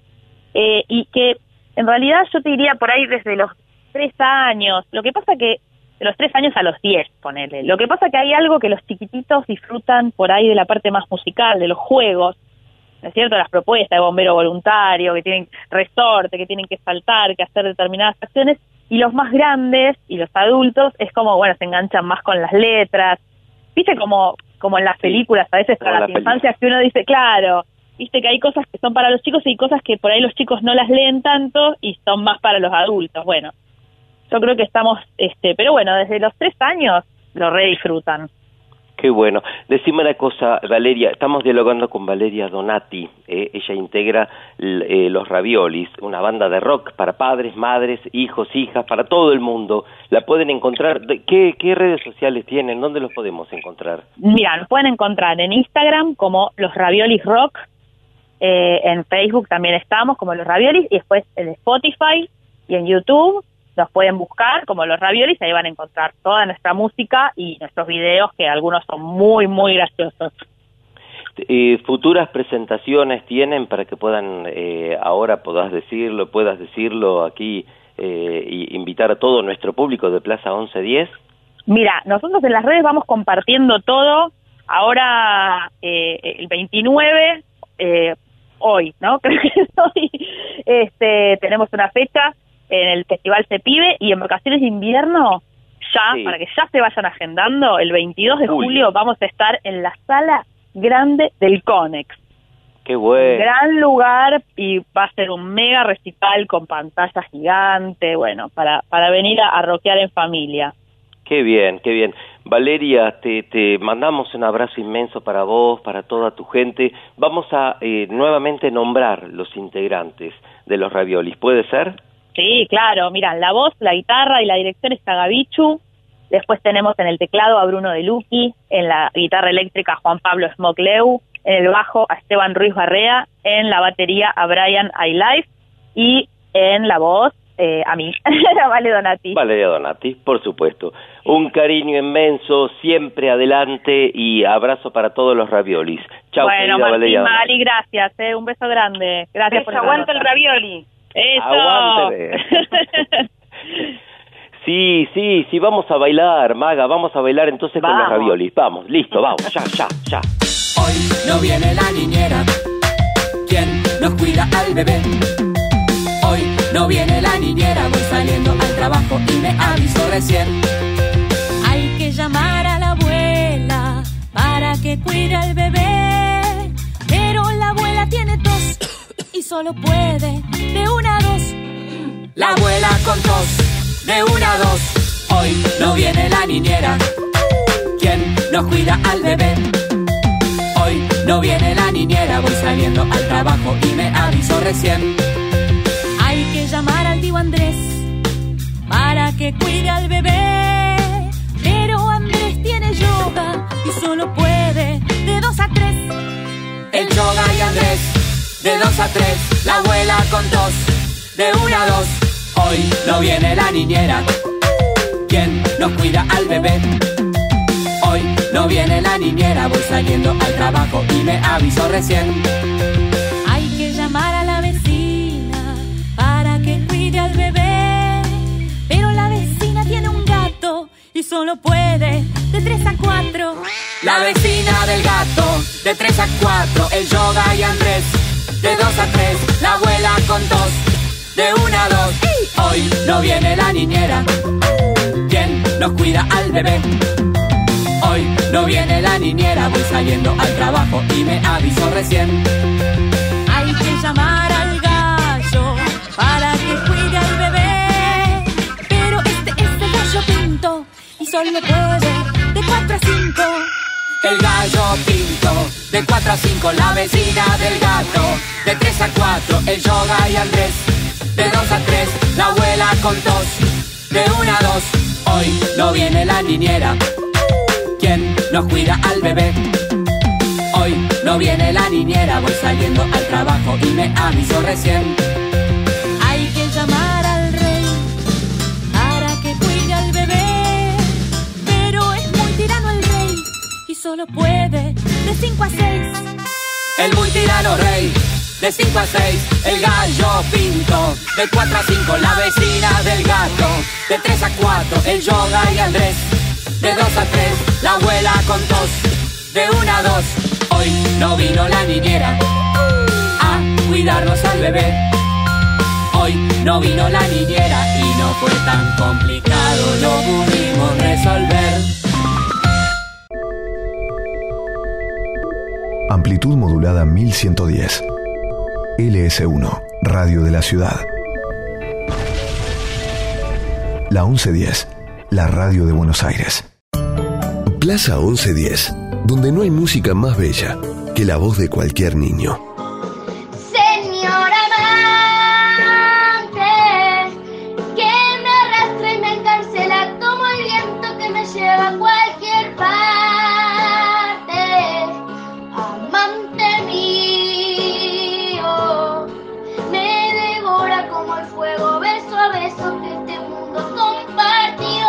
y que en realidad yo te diría por ahí desde los 3 años. Lo que pasa que de los 3 años a los 10, ponele. Lo que pasa que hay algo que los chiquititos disfrutan por ahí de la parte más musical, de los juegos, ¿no es cierto? Las propuestas de bombero voluntario, que tienen resorte, que tienen que saltar, que hacer determinadas acciones, y los más grandes y los adultos es como, bueno, se enganchan más con las letras. ¿Viste como en las películas, a veces para las infancias, que uno dice, claro, viste que hay cosas que son para los chicos y hay cosas que por ahí los chicos no las leen tanto y son más para los adultos? Bueno, yo creo que estamos, pero bueno, desde los 3 años lo re disfrutan. Qué bueno. Decime una cosa, Valeria, estamos dialogando con Valeria Donati, ella integra Los Raviolis, una banda de rock para padres, madres, hijos, hijas, para todo el mundo. La pueden encontrar, ¿qué redes sociales tienen? ¿Dónde los podemos encontrar? Mira, nos pueden encontrar en Instagram como Los Raviolis Rock, en Facebook también estamos como Los Raviolis, y después en Spotify y en YouTube nos pueden buscar como Los Raviolis, ahí van a encontrar toda nuestra música y nuestros videos, que algunos son muy, muy graciosos. ¿Futuras presentaciones tienen para que puedan, ahora puedas decirlo aquí, y invitar a todo nuestro público de Plaza 1110? Mira, nosotros en las redes vamos compartiendo todo. Ahora, el 29, hoy, ¿no? Creo que es hoy, tenemos una fecha en el Festival Cepibe, y en vacaciones de invierno, para que ya se vayan agendando, el 22 de julio vamos a estar en la Sala Grande del Conex. ¡Qué bueno! Un gran lugar, y va a ser un mega recital con pantalla gigante, bueno, para venir a rockear en familia. ¡Qué bien, qué bien! Valeria, te mandamos un abrazo inmenso para vos, para toda tu gente. Vamos a nuevamente nombrar los integrantes de Los Raviolis, ¿puede ser? Sí, claro, mira, la voz, la guitarra y la dirección está Gavichu, después tenemos en el teclado a Bruno De Luqui, en la guitarra eléctrica a Juan Pablo Smokleu, en el bajo a Esteban Ruiz Barrea, en la batería a Brian iLife, y en la voz a mí, Vale Donati. Valeria Donati, por supuesto. Un cariño inmenso, siempre adelante, y abrazo para todos los Raviolis. Chao, bueno, querida Valeria. Mali, gracias, un beso grande. Gracias por aguante el ravioli. Eso. Aguánteme. Sí, vamos a bailar, Maga, vamos a bailar entonces con Los Raviolis. Vamos, listo, vamos, ya. Hoy no viene la niñera, ¿quién nos cuida al bebé? Hoy no viene la niñera, voy saliendo al trabajo y me aviso recién. Hay que llamar a la abuela para que cuide al bebé, pero la abuela tiene tos y solo puede de 1 a 2. La abuela con tos, de 1 a 2. Hoy no viene la niñera, ¿quién nos cuida al bebé? Hoy no viene la niñera, voy saliendo al trabajo y me aviso recién. Hay que llamar al tío Andrés para que cuide al bebé, pero Andrés tiene yoga y solo puede de 2 a 3. El yoga y Andrés, de 2 a 3. La abuela con tos, de 1 a 2. Hoy no viene la niñera, ¿quién nos cuida al bebé? Hoy no viene la niñera, voy saliendo al trabajo y me aviso recién. Hay que llamar a la vecina para que cuide al bebé, pero la vecina tiene un gato y solo puede de 3 a 4. La vecina del gato, de 3 a 4. El yoga y Andrés, de 2 a 3. La abuela con tos, de 1 a 2. Hoy no viene la niñera, ¿quién nos cuida al bebé? Hoy no viene la niñera, voy saliendo al trabajo y me aviso recién. Hay que llamar al gallo para que cuide al bebé, pero este es el gallo pinto y solo puede de 4 a 5. El gallo pinto, de 4 a 5. La vecina del gato, de 3 a 4. El yoga y Andrés, de 2 a 3. La abuela con tos, de 1 a 2. Hoy no viene la niñera, ¿quién nos cuida al bebé? Hoy no viene la niñera, voy saliendo al trabajo y me aviso recién. Hay que llamar al rey para que cuide al bebé, pero es muy tirano el rey y solo puede de 5 a 6. El muy tirano rey, de 5 a 6. El gallo pinto, de 4 a 5. La vecina del gato, de 3 a 4. El yoga y Andrés, de 2 a 3. La abuela con tos, de 1 a 2. Hoy no vino la niñera a cuidarnos al bebé. Hoy no vino la niñera y no fue tan complicado, lo pudimos resolver. Amplitud modulada 1110. LS1, Radio de la Ciudad. La 1110, la radio de Buenos Aires. Plaza 1110, donde no hay música más bella que la voz de cualquier niño. Señor amante, que me arrastra y me encarcela como el viento que me lleva a cualquier parte. Amante mío, me devora como el fuego, beso a beso que este mundo compartió.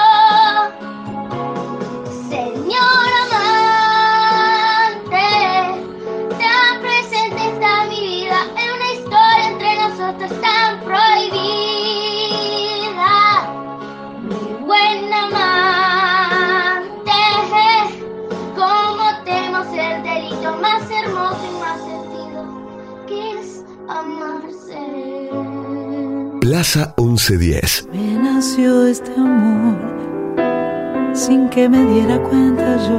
Señor amante, tan presente está mi vida en una historia entre nosotros tan prohibida. Mi buen amante, como temo ser delito más hermoso y más sentido que es amarse. Plaza 1110. Me nació este amor sin que me diera cuenta yo.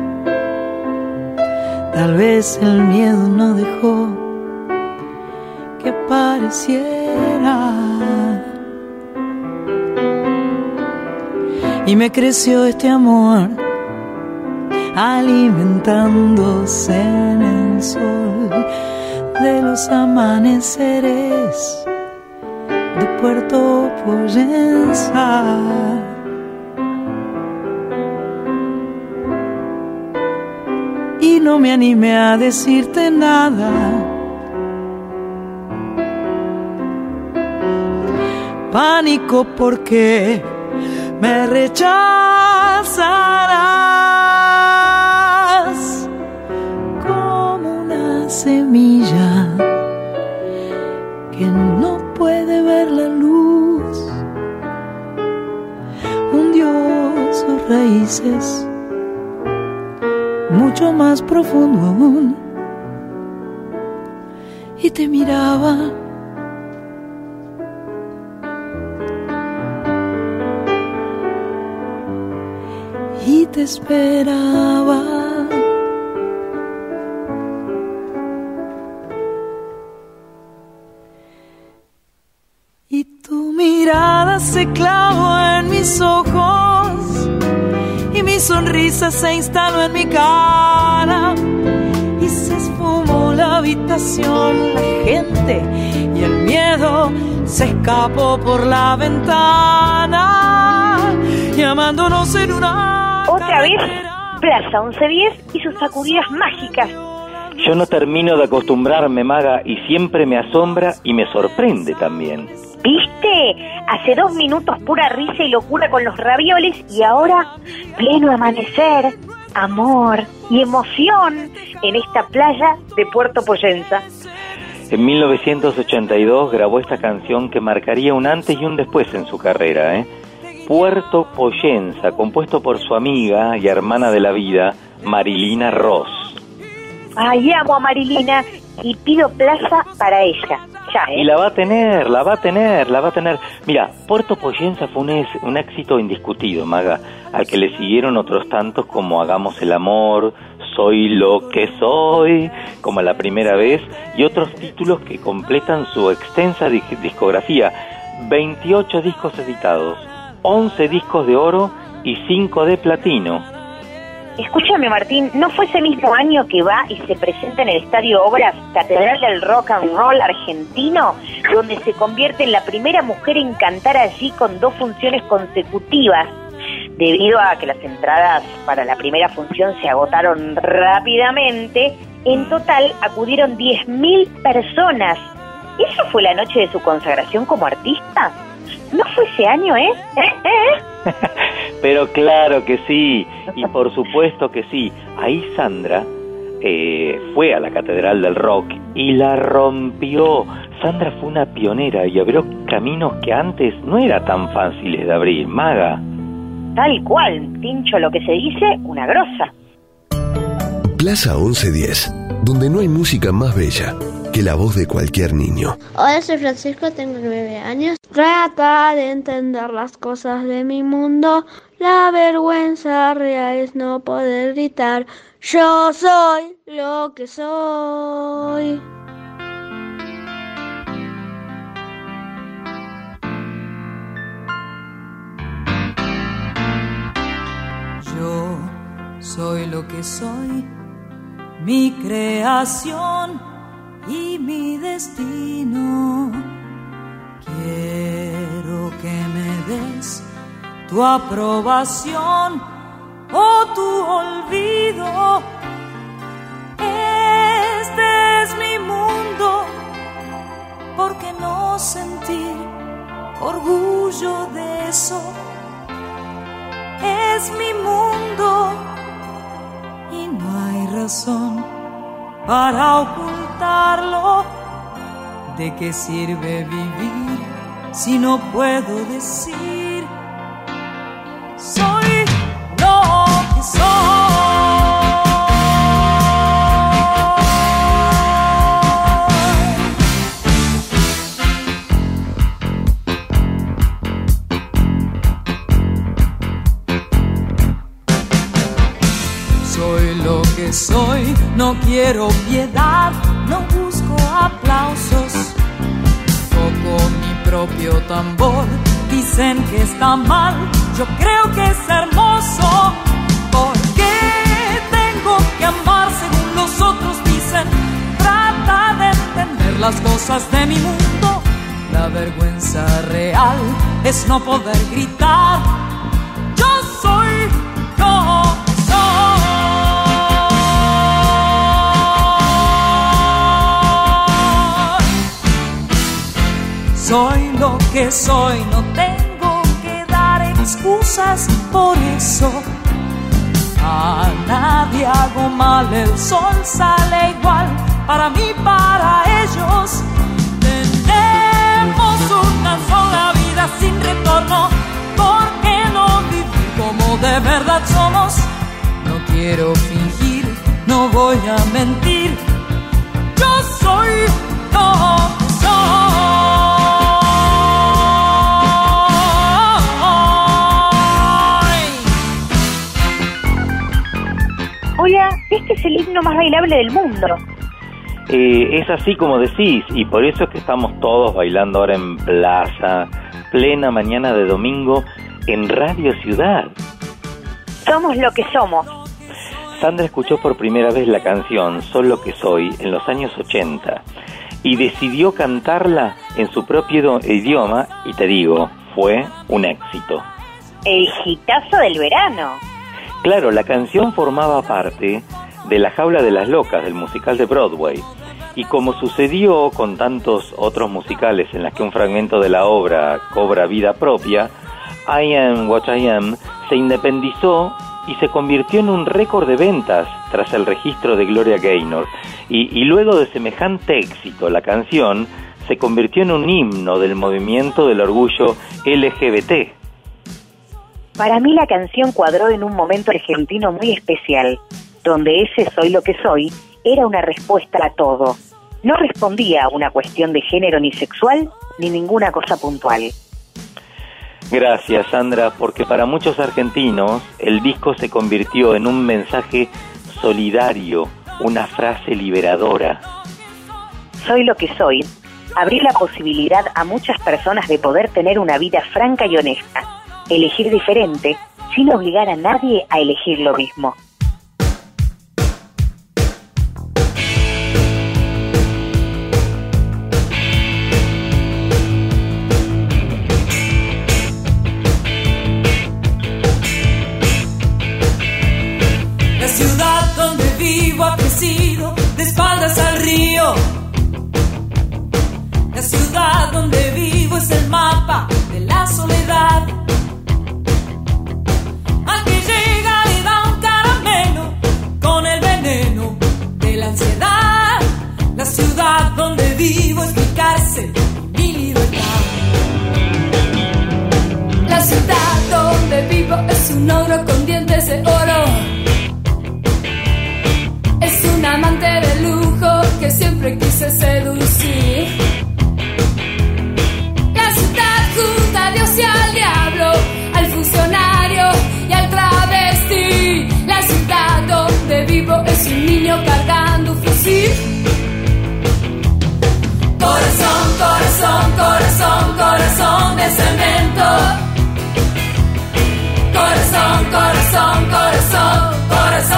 Tal vez el miedo no dejó que pareciera. Y me creció este amor alimentándose en el sol de los amaneceres de Puerto Poyensa. Y no me animé a decirte nada, pánico porque me rechazarás como una semilla que no puede ver la luz, hundió sus raíces mucho más profundo aún, y te miraba y te esperaba. Y tu mirada se clavó en mis ojos y mi sonrisa se instaló en mi cara y se esfumó la habitación, la gente y el miedo se escapó por la ventana, llamándonos en una Otra vez, Plaza 1110 y sus sacudidas mágicas. Yo no termino de acostumbrarme, Maga, y siempre me asombra y me sorprende también. ¿Viste? Hace 2 minutos pura risa y locura con los ravioles y ahora pleno amanecer, amor y emoción en esta playa de Puerto Poyensa. En 1982 grabó esta canción que marcaría un antes y un después en su carrera, Puerto Poyensa, compuesto por su amiga y hermana de la vida, Marilina Ross. Ay, amo a Marilina y pido plaza para ella. Ya, Y la va a tener. Mira, Puerto Poyensa fue un éxito indiscutido, Maga, al que le siguieron otros tantos como Hagamos el amor, Soy lo que soy, como La primera vez, y otros títulos que completan su extensa discografía. 28 discos editados, 11 discos de oro y 5 de platino. Escúchame, Martín, ¿no fue ese mismo año que va y se presenta en el Estadio Obras, Catedral del Rock and Roll argentino, donde se convierte en la primera mujer en cantar allí con 2 funciones consecutivas? Debido a que las entradas para la primera función se agotaron rápidamente, en total acudieron 10.000 personas. ¿Esa fue la noche de su consagración como artista? ¿No fue ese año, Pero claro que sí, y por supuesto que sí. Ahí Sandra fue a la Catedral del Rock y la rompió. Sandra fue una pionera y abrió caminos que antes no era tan fáciles de abrir, Maga. Tal cual, Tincho, lo que se dice, una grosa. Plaza 1110, donde no hay música más bella que la voz de cualquier niño. Hola, soy Francisco, tengo 9 años. Trata de entender las cosas de mi mundo. La vergüenza real es no poder gritar: yo soy lo que soy. Soy lo que soy, mi creación y mi destino. Quiero que me des tu aprobación o tu olvido. Este es mi mundo, ¿por qué no sentir orgullo de eso? Es mi mundo y no hay razón para ocultarlo. ¿De qué sirve vivir si no puedo decir soy lo que soy? Soy lo que soy, no quiero piedad, no busco aplausos, toco mi propio tambor. Dicen que está mal, yo creo que es hermoso. ¿Por qué tengo que amar según los otros dicen? Trata de entender las cosas de mi mundo. La vergüenza real es no poder gritar yo soy lo que soy. Soy lo que soy, no tengo que dar excusas por eso. A nadie hago mal, el sol sale igual para mí, para ellos. Tenemos una sola vida sin retorno, ¿por qué no vivir como de verdad somos? No quiero fingir, no voy a mentir, yo soy lo que soy. Hola, este es el himno más bailable del mundo. Es así como decís, y por eso es que estamos todos bailando ahora en plaza, plena mañana de domingo, en Radio Ciudad. Somos lo que somos. Sandra escuchó por primera vez la canción Soy lo que soy en los años 80 y decidió cantarla en su propio idioma, y te digo, fue un éxito. El hitazo del verano. Claro, la canción formaba parte de La Jaula de las Locas, del musical de Broadway. Y como sucedió con tantos otros musicales en las que un fragmento de la obra cobra vida propia, I Am What I Am se independizó y se convirtió en un récord de ventas tras el registro de Gloria Gaynor. Y luego de semejante éxito, la canción se convirtió en un himno del movimiento del orgullo LGBT. Para mí la canción cuadró en un momento argentino muy especial, donde ese soy lo que soy era una respuesta a todo. No respondía a una cuestión de género ni sexual, ni ninguna cosa puntual. Gracias, Sandra, porque para muchos argentinos el disco se convirtió en un mensaje solidario, una frase liberadora. Soy lo que soy abrió la posibilidad a muchas personas de poder tener una vida franca y honesta, elegir diferente, sin obligar a nadie a elegir lo mismo. La ciudad donde vivo ha crecido de espaldas al río. La ciudad donde vivo es el mapa de la soledad. Al que llega le da un caramelo con el veneno de la ansiedad. La ciudad donde vivo es mi cárcel y mi libertad. La ciudad donde vivo es un ogro con dientes de oro. Es un amante de lujo que siempre quise seducir. La ciudad junta a Dios y al diablo, al funcionario y al travesti. La ciudad donde vivo es un niño cargando un fusil. Corazón, corazón, corazón, corazón de cemento. Corazón, corazón, corazón, corazón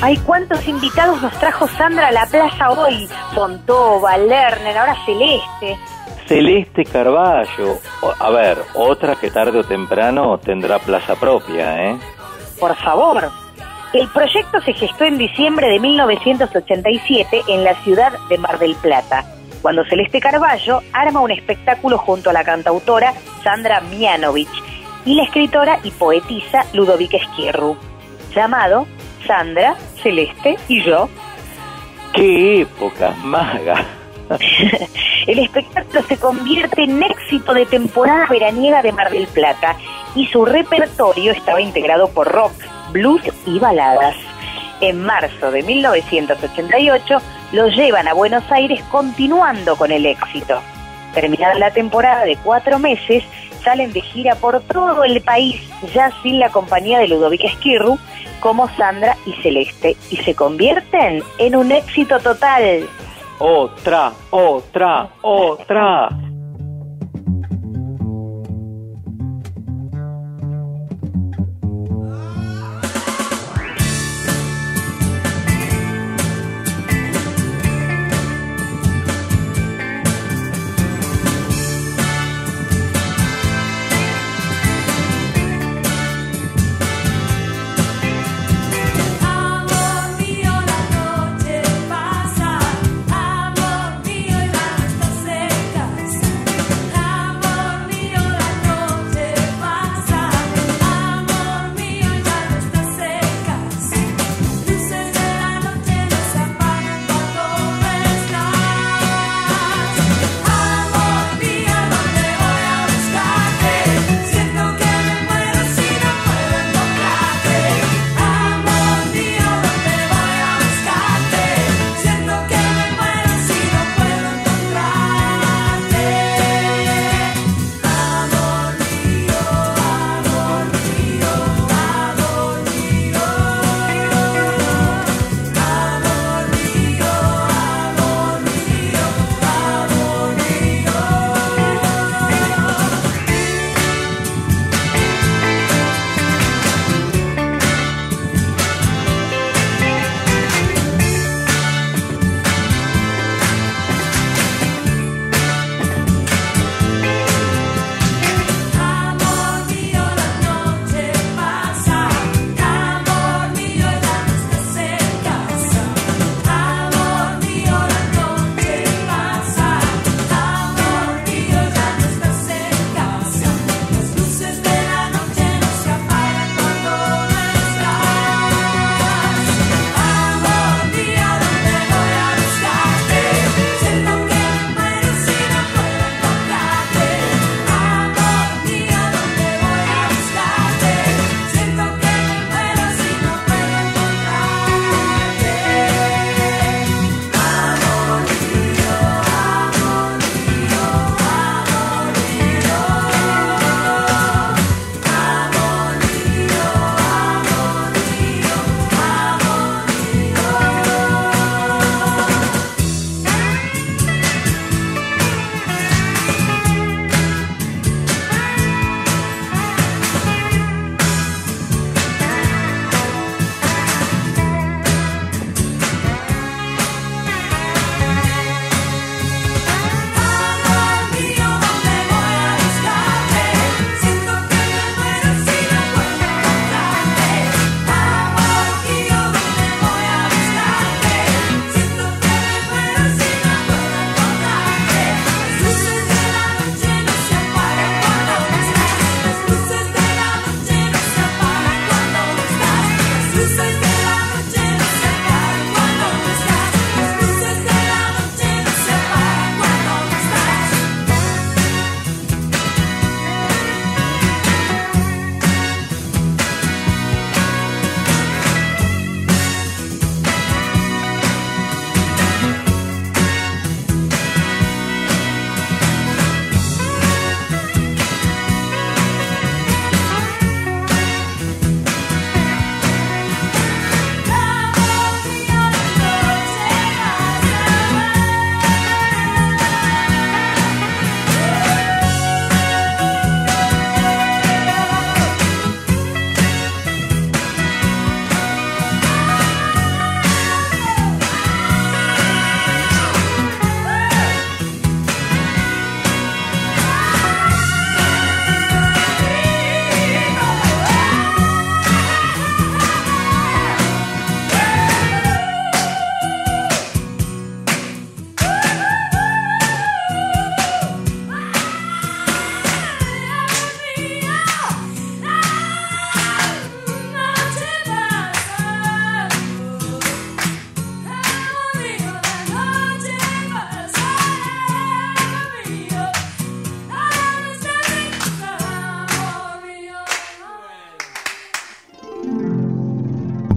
Ay, cuántos invitados nos trajo Sandra a la plaza hoy. Fontova, Lerner, ahora Celeste. Celeste Carballo. A ver, otra que tarde o temprano tendrá plaza propia, ¿eh? Por favor. El proyecto se gestó en diciembre de 1987 en la ciudad de Mar del Plata, cuando Celeste Carballo arma un espectáculo junto a la cantautora Sandra Mianovich y la escritora y poetisa Ludovica Esquierru, llamado Sandra, Celeste y yo. ¡Qué época, maga! El espectáculo se convierte en éxito de temporada veraniega de Mar del Plata y su repertorio estaba integrado por rock, blues y baladas. En marzo de 1988 lo llevan a Buenos Aires continuando con el éxito. Terminada la temporada de 4 meses, salen de gira por todo el país, ya sin la compañía de Ludovica Esquierru, como Sandra y Celeste, y se convierten en un éxito total. Otra, otra, otra.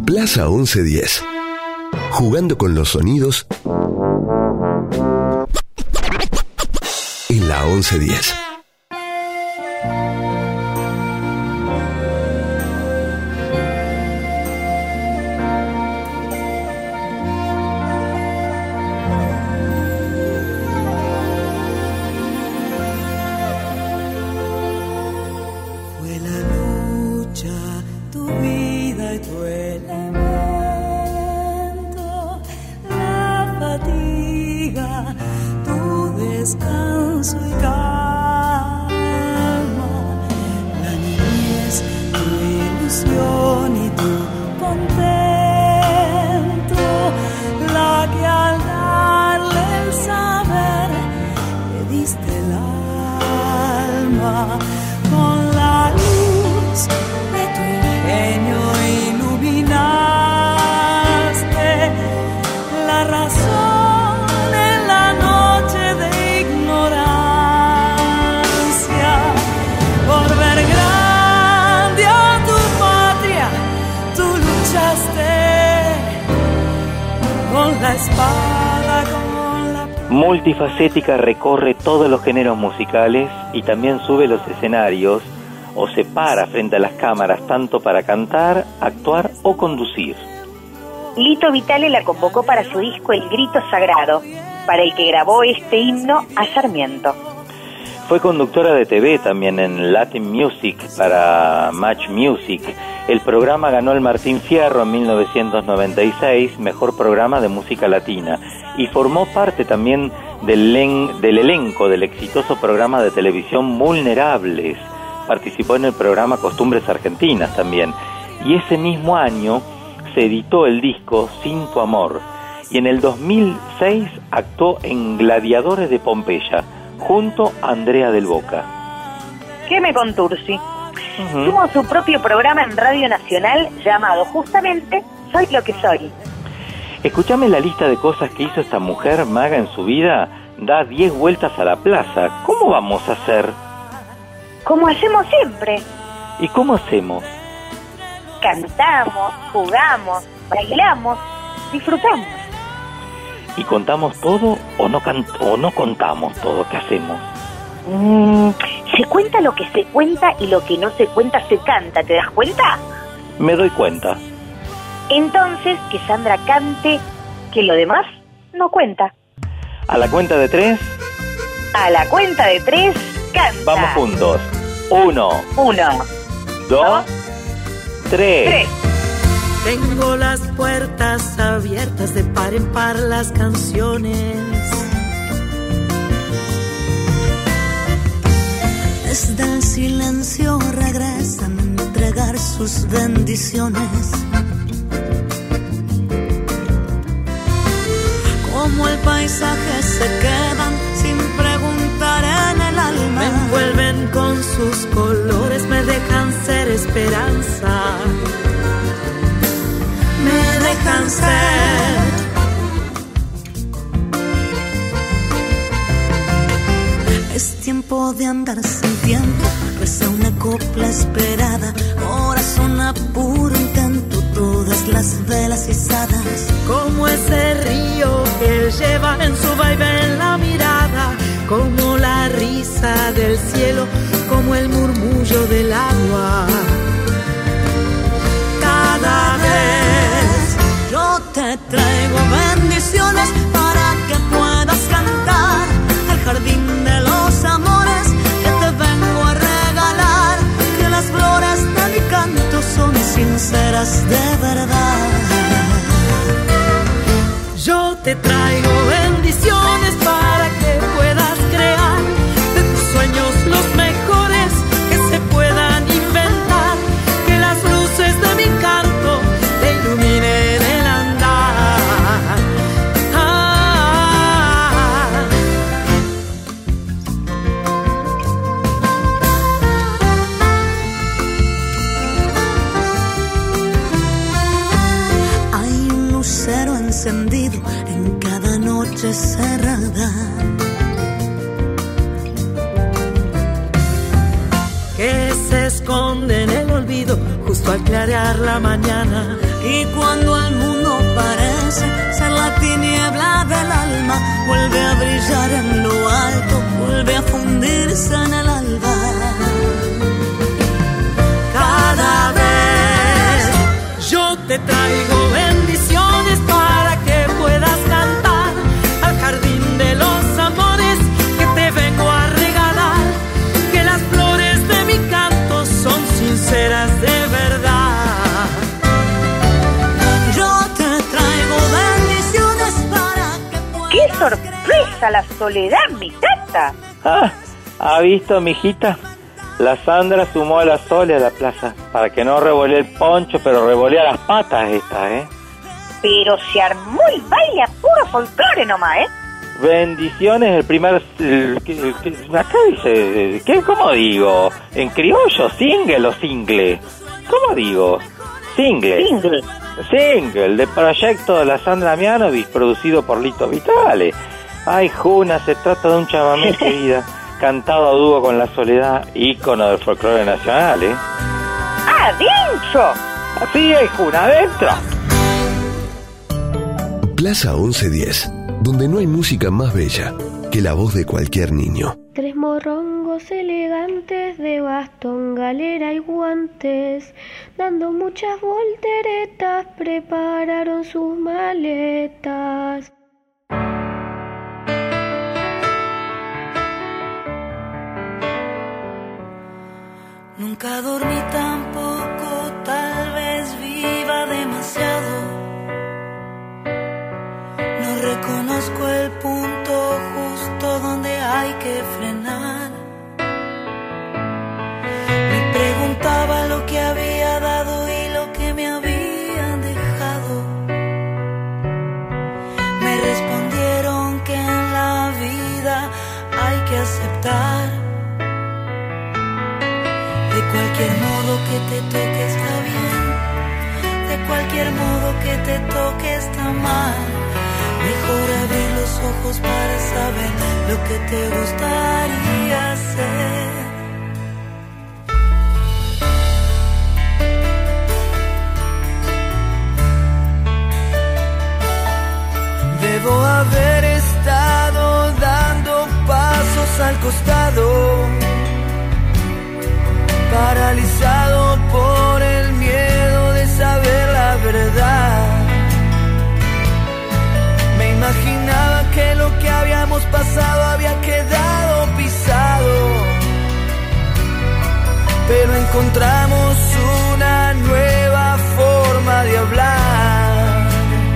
Plaza 1110. Jugando con los sonidos en la 1110. Multifacética, recorre todos los géneros musicales y también sube los escenarios o se para frente a las cámaras tanto para cantar, actuar o conducir. Lito Vitale la convocó para su disco El Grito Sagrado, para el que grabó este himno a Sarmiento. Fue conductora de TV también en Latin Music para Match Music. El programa ganó el Martín Fierro en 1996, mejor programa de música latina, y formó parte también del elenco del exitoso programa de televisión Vulnerables. Participó en el programa Costumbres Argentinas también, y ese mismo año se editó el disco Sin tu amor, y en el 2006 actuó en Gladiadores de Pompeya, junto a Andrea del Boca. ¿Qué me contursi? Tuvo su propio programa en Radio Nacional llamado justamente Soy lo que soy. Escuchame la lista de cosas que hizo esta mujer maga en su vida. Da 10 vueltas a la plaza. ¿Cómo vamos a hacer? Como hacemos siempre. ¿Y cómo hacemos? Cantamos, jugamos, bailamos, disfrutamos. ¿Y contamos todo o no contamos todo? ¿Qué hacemos? Se cuenta lo que se cuenta y lo que no se cuenta se canta, ¿te das cuenta? Me doy cuenta. Entonces, que Sandra cante, que lo demás no cuenta. ¿A la cuenta de 3? A la cuenta de 3, canta. Vamos juntos. 1, 2, 3. Tengo las puertas abiertas de par en par las canciones. Desde el silencio regresan a entregar sus bendiciones. Como el paisaje se quedan sin preguntar en el alma. Me envuelven con sus colores, me dejan ser esperanza. Me dejan ser. Es tiempo de andar sin tiempo, reza una copla esperada, corazón a puro intento, todas las velas izadas. Como ese río que lleva en su vaivén la mirada, como la risa del cielo, como el murmullo del agua. Cada vez yo te traigo bendiciones para que puedas cantar al jardín de los amores que te vengo a regalar, que las flores de mi canto son sinceras de verdad. Yo te traigo bendiciones para que puedas crear de tus sueños los mejores que se puedan inventar, que las luces de mi canto te iluminen el andar. Hay un lucero encendido en cada noche cerrada, que se esconde en el olvido justo busco aclarar la mañana. Y cuando el mundo parece ser la tiniebla del alma, vuelve a brillar en lo alto, vuelve a fundirse en el alba. Cada vez yo te traigo bendiciones para que puedas cantar al jardín de los amores que te vengo a regalar. Que las flores de mi canto son sinceras de verdad. Yo te traigo bendiciones para que puedas... ¡Qué sorpresa la Soledad, mi tata! Ah, ¿ha visto, mijita? La Sandra sumó a la Sole a la plaza, para que no revolee el poncho, pero revolea las patas esta, ¿eh? Pero se armó el baile a puro folclore nomás, ¿eh? Bendiciones, el primer... acá dice... ¿qué? ¿Cómo digo? ¿En criollo? ¿Single o single? ¿Cómo digo? Single. Single. Single, de proyecto de la Sandra Mianovic, producido por Lito Vitale. Ay, Juna, se trata de un chamamé, querida, cantado a dúo con la Soledad, ícono del folclore nacional, ¿eh? ¡Adentro! Así es, Juna, adentro. Plaza 1110, donde no hay música más bella que la voz de cualquier niño. Tres morrongos elegantes de bastón, galera y guantes, dando muchas volteretas, prepararon sus maletas. Nunca dormí tampoco, tal vez viva demasiado. No reconozco el punto justo donde hay que frenar. Me preguntaba lo que había dado y lo que me habían dejado. Me respondieron que en la vida hay que aceptar. De cualquier modo que te toque está bien, de cualquier modo que te toque está mal. Mejor abrir los ojos para saber lo que te gustaría hacer. Debo haber estado dando pasos al costado, paralizado por el miedo de saber la verdad. Me imaginaba que lo que habíamos pasado había quedado pisado, pero encontramos una nueva forma de hablar.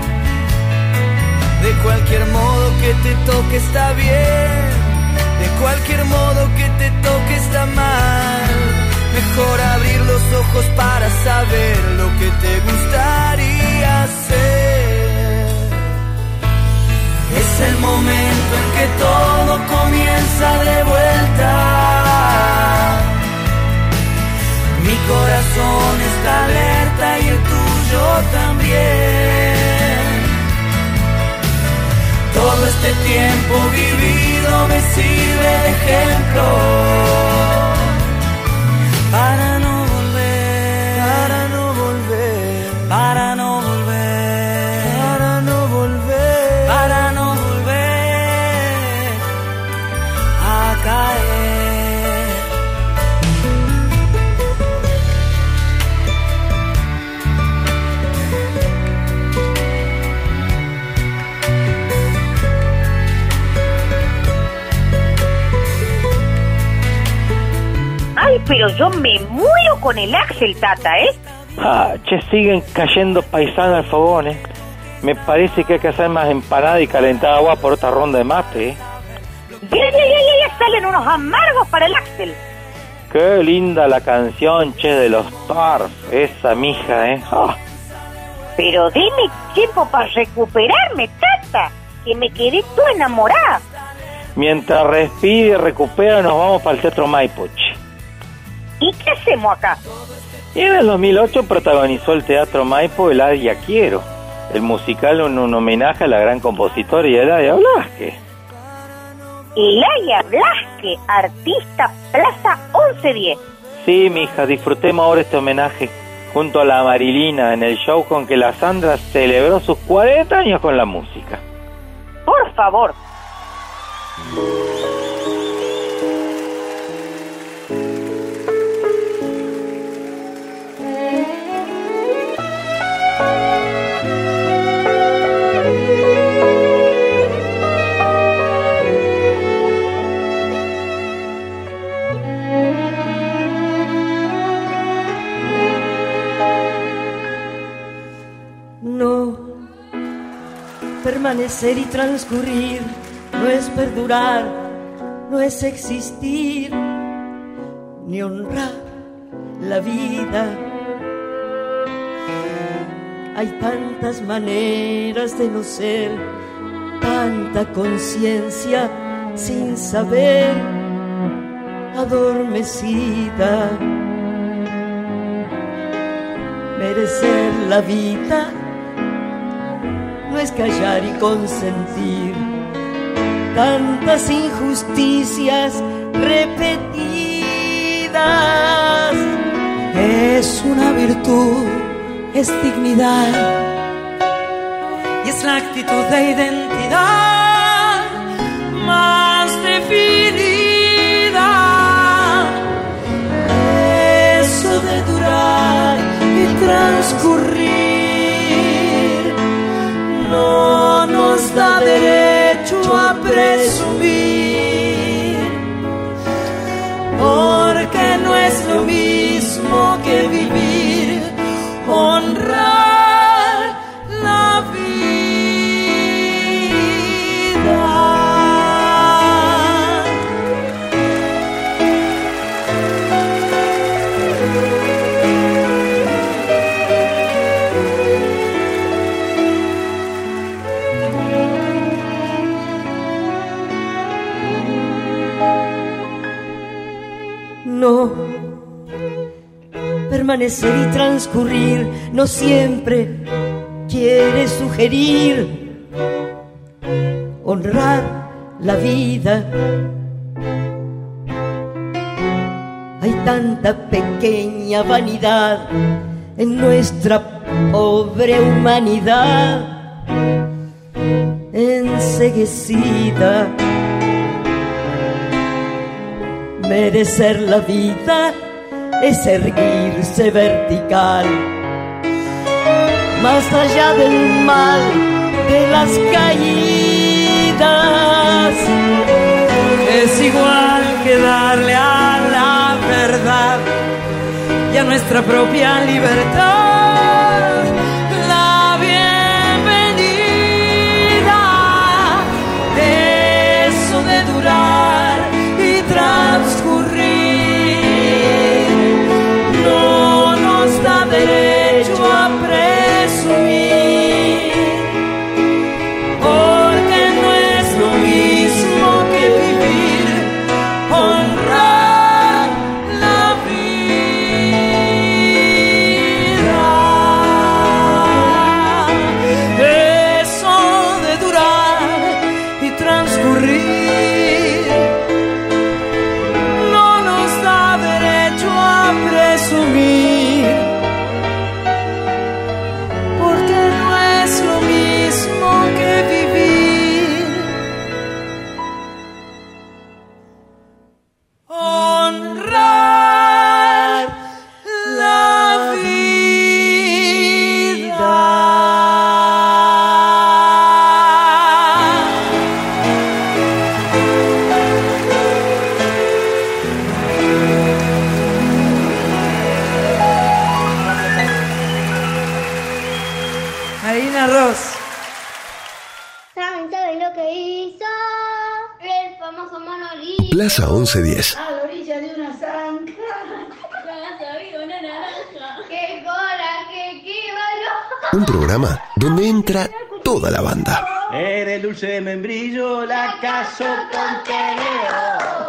De cualquier modo que te toque está bien, de cualquier modo que te toque está mal. Mejor abrir los ojos para saber lo que te gustaría hacer. Es el momento en que todo comienza de vuelta. Mi corazón está alerta y el tuyo también. Todo este tiempo vivido me sirve de ejemplo para no volver, para no volver, para no volver, para no volver, para no volver a caer. Ay, pero yo me muero con el Axel, tata, ¿eh? Ah, che, siguen cayendo paisanos al fogón, ¿eh? Me parece que hay que hacer más empanada y calentar agua por otra ronda de mate, ¿eh? Ya salen unos amargos para el Axel. Qué linda la canción, che, de los Tarf, esa mija, ¿eh? Oh. Pero deme tiempo para recuperarme, tata, que me quedé toda enamorada. Mientras respire y recupera, nos vamos para el Teatro Maipo, che. ¿Y qué hacemos acá? Y en el 2008 protagonizó el Teatro Maipo Eladia Quiero, el musical en un homenaje a la gran compositora Eladia Blasquez. Eladia Blasquez, artista Plaza 1110. Sí, mija, disfrutemos ahora este homenaje. junto a la Marilina en el show con que la Sandra celebró sus 40 años con la música. Por favor. No, permanecer y transcurrir no es perdurar, no es existir, ni honrar la vida. Hay tantas maneras de no ser, tanta conciencia sin saber, adormecida. Merecer la vida no es callar y consentir tantas injusticias repetidas. Es una virtud, es dignidad y es la actitud de identidad más definida. Eso de durar y transcurrir no nos da derecho a presumir, porque no es lo mismo que vivir, honrar la vida. No, permanecer y transcurrir no siempre quiere sugerir honrar la vida. Hay tanta pequeña vanidad en nuestra pobre humanidad enceguecida. Merecer la vida es erguirse vertical, más allá del mal, de las caídas. Es igual que darle a la verdad y a nuestra propia libertad la bienvenida. Eso de durar y transcurrir no nos da derecho a presumir, porque no es lo mismo que vivir, honrar la vida. Eso de durar y transcurrir no nos da derecho a presumir, porque no es lo mismo que vivir, honrar la Marina Ross. ¿Saben todo lo que hizo el famoso mono liso? Plaza 1110. A la orilla de una zanja. Ya sabía una naranja. ¡Qué coraje, qué valor! Un programa donde entra toda la banda. Eres dulce de membrillo, la caso con tenedor.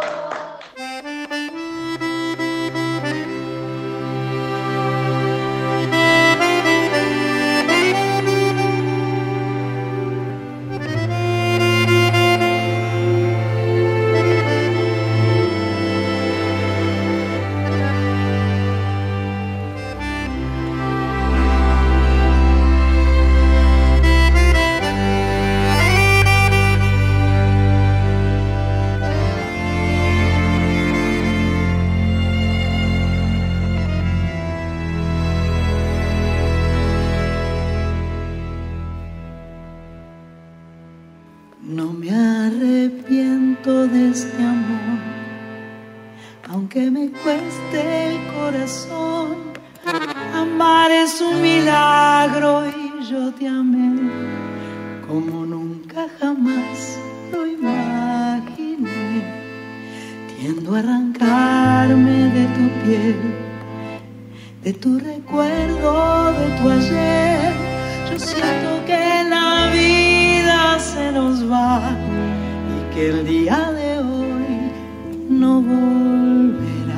No me arrepiento de este amor, aunque me cueste el corazón. Amar es un milagro y yo te amé como nunca jamás lo imaginé. Tiendo a arrancarme de tu piel, de tu recuerdo, de tu ayer. Yo siento que la vida se nos va y que el día de hoy no volverá.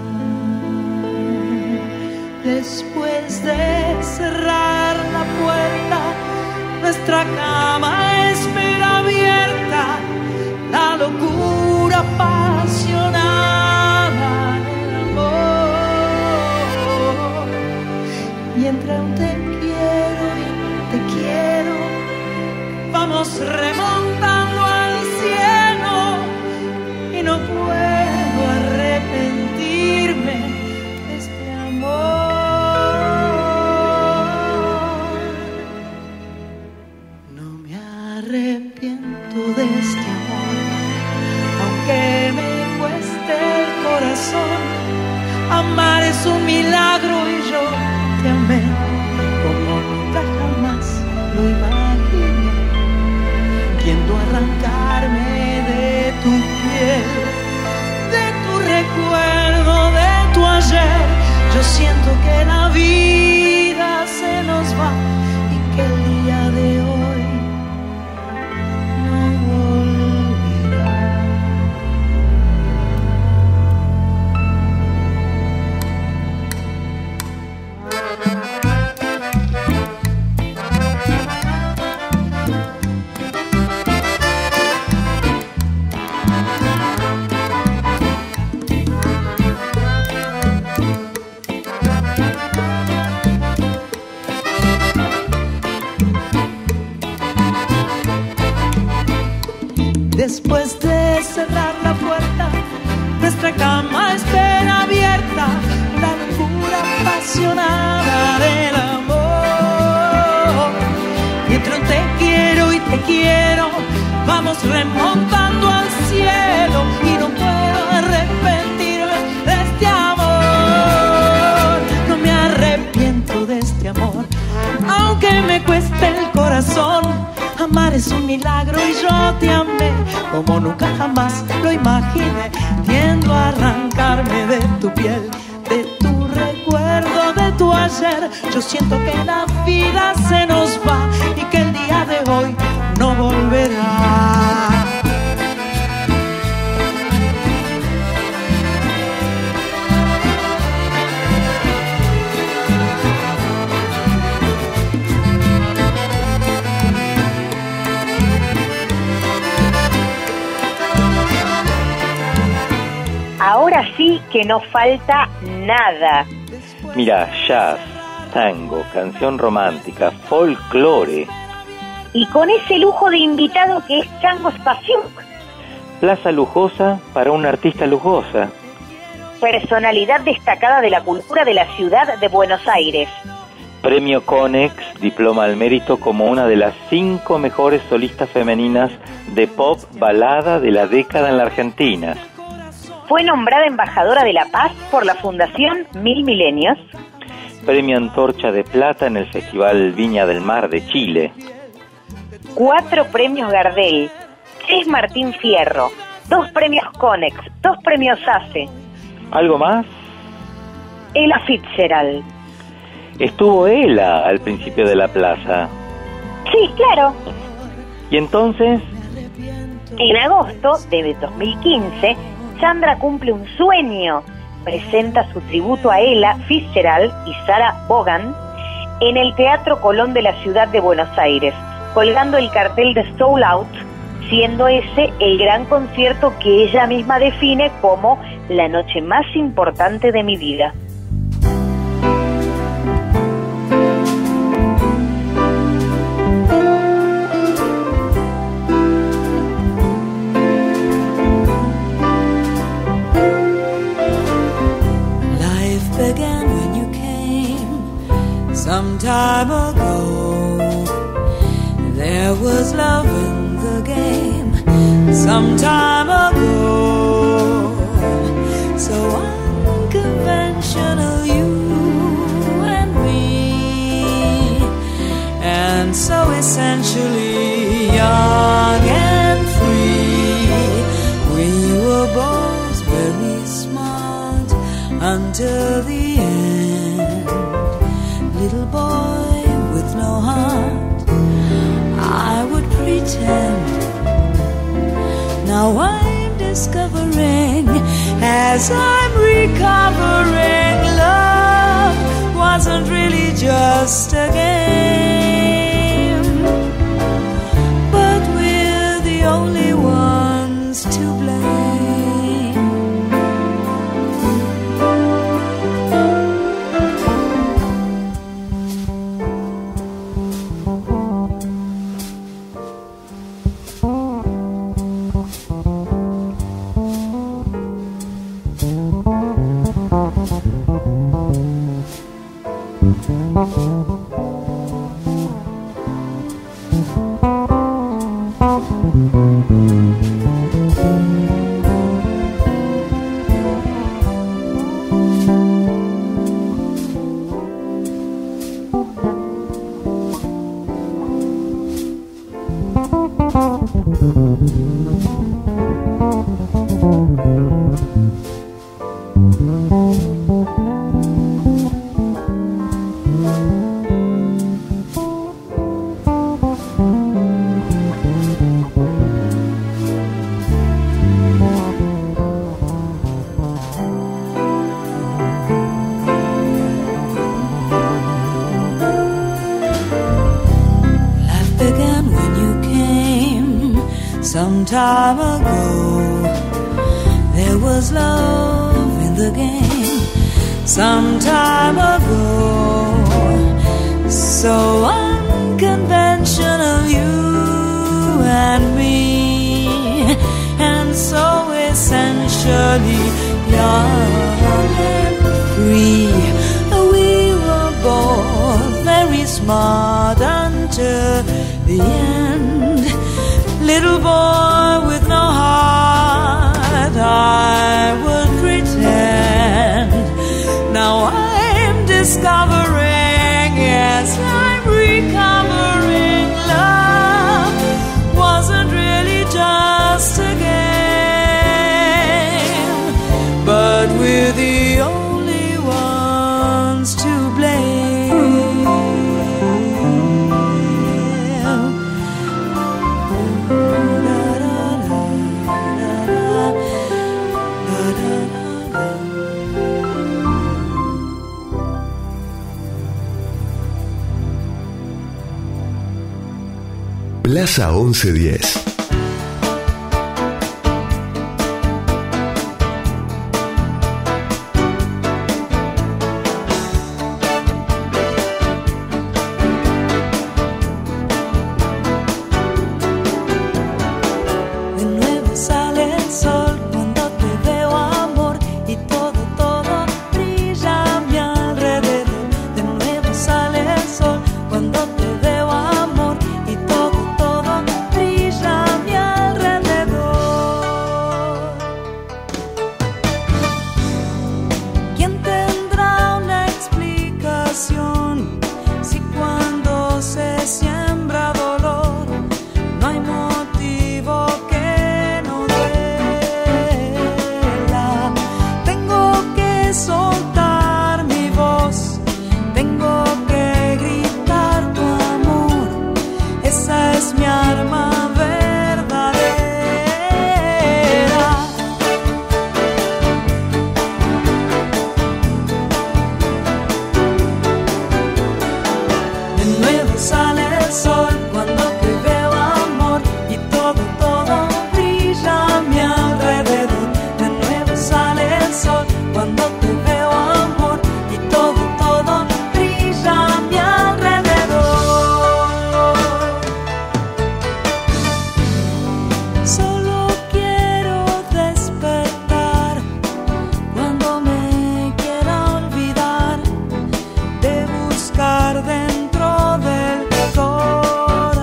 Después de cerrar la puerta, nuestra cama espera abierta, la locura apasionada del amor. Y entre un te quiero y te quiero, vamos remontando al cielo, y no puedo arrepentirme de este amor. No me arrepiento de este amor, aunque me cueste el corazón. Amar es un milagro y yo te amé como nunca jamás lo imaginé. Tiendo a arrancarme de tu piel, de tu recuerdo, de tu ayer. Yo siento que la vida se nos va y que el día de hoy no volverá. Después de cerrar la puerta, nuestra cama espera abierta, la locura apasionada del amor. Y entre un te quiero y te quiero, vamos remontando al cielo, y no puedo arrepentirme de este amor. No me arrepiento de este amor, aunque me cueste el corazón. Amar es un milagro y yo te amé como nunca jamás lo imaginé. Tiendo a arrancarme de tu piel, de tu recuerdo, de tu ayer. Yo siento que la vida se nos va y que el día de hoy no volverá. Ahora sí que no falta nada. Mira, jazz, tango, canción romántica, folclore. Y con ese lujo de invitado que es Chango Spasiuk. Plaza lujosa para una artista lujosa. Personalidad destacada de la cultura de la ciudad de Buenos Aires. Premio Conex, diploma al mérito como una de las 5 mejores solistas femeninas de pop balada de la década en la Argentina. Fue nombrada embajadora de la paz por la Fundación Mil Milenios. Premio Antorcha de Plata en el Festival Viña del Mar de Chile. 4 premios Gardel, 3 Martín Fierro, 2 premios Conex, 2 premios ACE. ¿Algo más? Ella Fitzgerald. Estuvo Ella al principio de la plaza. Sí, claro. ¿Y entonces? En agosto de 2015, Sandra cumple un sueño. Presenta su tributo a Ella Fitzgerald y Sarah Vaughan en el Teatro Colón de la ciudad de Buenos Aires, colgando el cartel de Soul Out, siendo ese el gran concierto que ella misma define como la noche más importante de mi vida. Some time ago, there was love in the the game some time ago. So unconventional, you and me, and so essentially young and free. We were both very smart until the end. Little boy with no heart, I would pretend. Now I'm discovering, as I'm recovering, love wasn't really just a game, but we're the only ones to blame. Some time ago, there was love in the game. Some time ago, so unconventional, you and me, and so essentially young and free. We were both very smart until the end. Little boy with no heart, I would pretend. Now I'm discovering, yes, I'm recovering. Love wasn't really just a game, but we're the only ones to blame. Plaza 1110. Dentro del corazón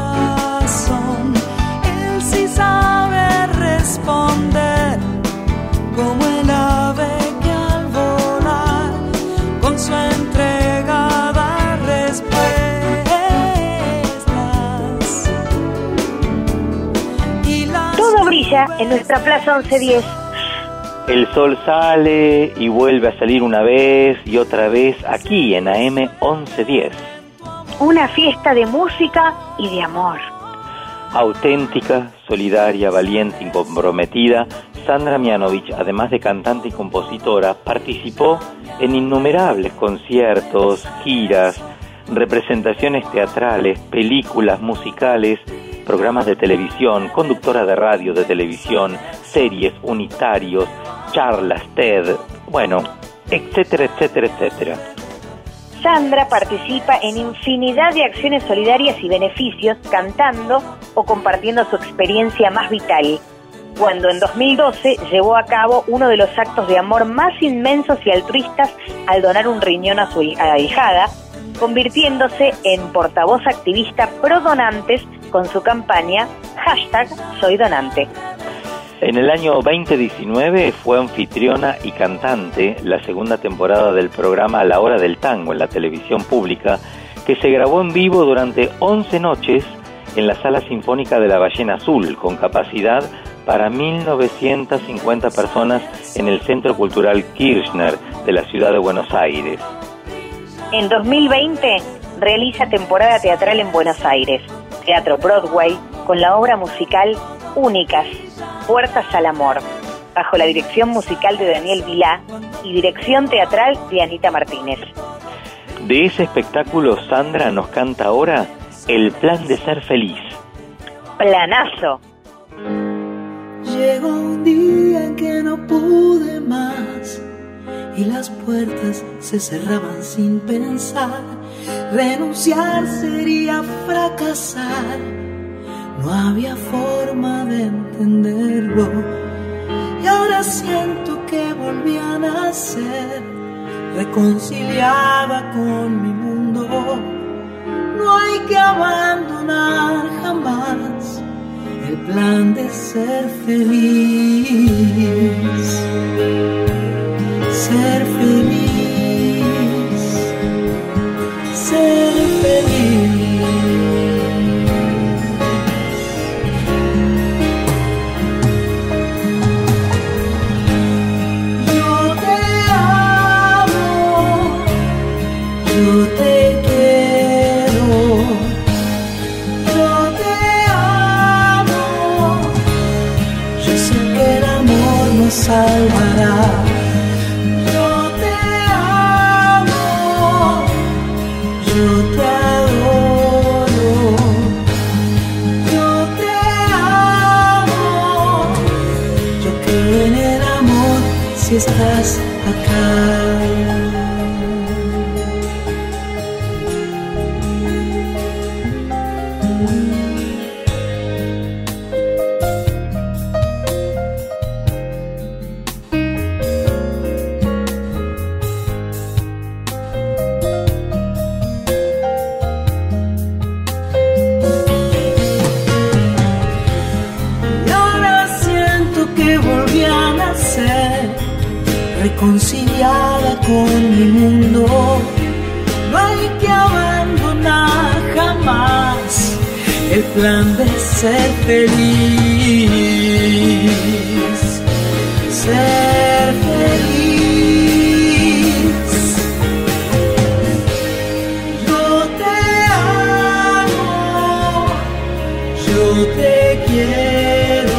brilla en nuestra Plaza 1110. El sol sale y vuelve a salir una vez y otra vez aquí en AM 1110. Una fiesta de música y de amor. Auténtica, solidaria, valiente y comprometida, Sandra Mianovich, además de cantante y compositora, participó en innumerables conciertos, giras, representaciones teatrales, películas musicales, programas de televisión, conductora de radio, de televisión, series, unitarios, charlas, TED, bueno, etcétera, etcétera, etcétera. Sandra participa en infinidad de acciones solidarias y beneficios, cantando o compartiendo su experiencia más vital, cuando en 2012 llevó a cabo uno de los actos de amor más inmensos y altruistas al donar un riñón a su ahijada, convirtiéndose en portavoz activista pro donantes con su campaña #SoyDonante. En el año 2019 fue anfitriona y cantante la segunda temporada del programa La Hora del Tango en la televisión pública, que se grabó en vivo durante 11 noches en la Sala Sinfónica de la Ballena Azul, con capacidad para 1.950 personas en el Centro Cultural Kirchner de la ciudad de Buenos Aires. En 2020 realiza temporada teatral en Buenos Aires, Teatro Broadway, con la obra musical Únicas, Puertas al Amor, bajo la dirección musical de Daniel Vilá y dirección teatral de Anita Martínez. De ese espectáculo, Sandra nos canta ahora El Plan de Ser Feliz. Planazo. Llegó un día en que no pude más y las puertas se cerraban sin pensar. Renunciar sería fracasar. No había forma de entenderlo. Y ahora siento que volví a nacer, reconciliada con mi mundo. No hay que abandonar jamás el plan de ser feliz. Ser feliz, ser feliz. Yo te amo, yo te quiero, yo te amo. Yo sé que el amor nos salvará. Yo te adoro, yo te amo, yo creo en el amor si estás acá. Reconciliada con mi mundo, no hay que abandonar jamás el plan de ser feliz, ser feliz. Yo te amo, yo te quiero.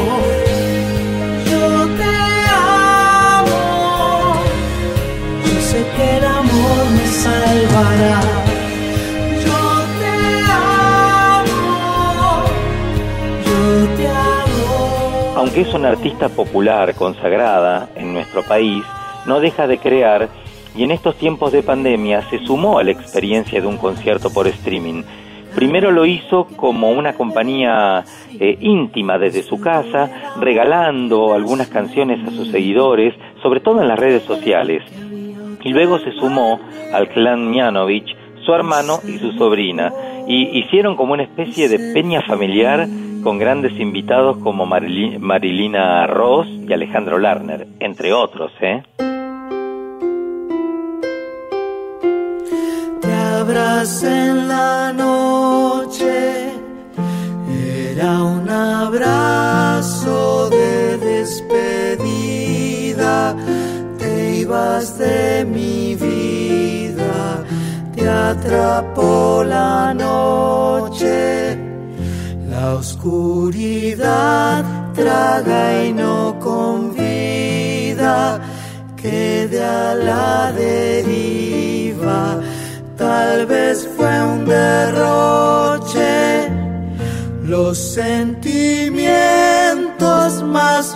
Que el amor me salvará. Yo te amo, yo te adoro. Aunque es una artista popular, consagrada en nuestro país, no deja de crear y en estos tiempos de pandemia se sumó a la experiencia de un concierto por streaming. Primero lo hizo como una compañía íntima desde su casa, regalando algunas canciones a sus seguidores, sobre todo en las redes sociales. Y luego se sumó al clan Mianovich, su hermano y su sobrina, y hicieron como una especie de peña familiar con grandes invitados como Marilina Ross y Alejandro Lerner, entre otros, Te abracé en la noche, era un abrazo ibas de mi vida, te atrapó la noche, la oscuridad traga y no convida, quede a la deriva, tal vez fue un derroche, los sentimientos más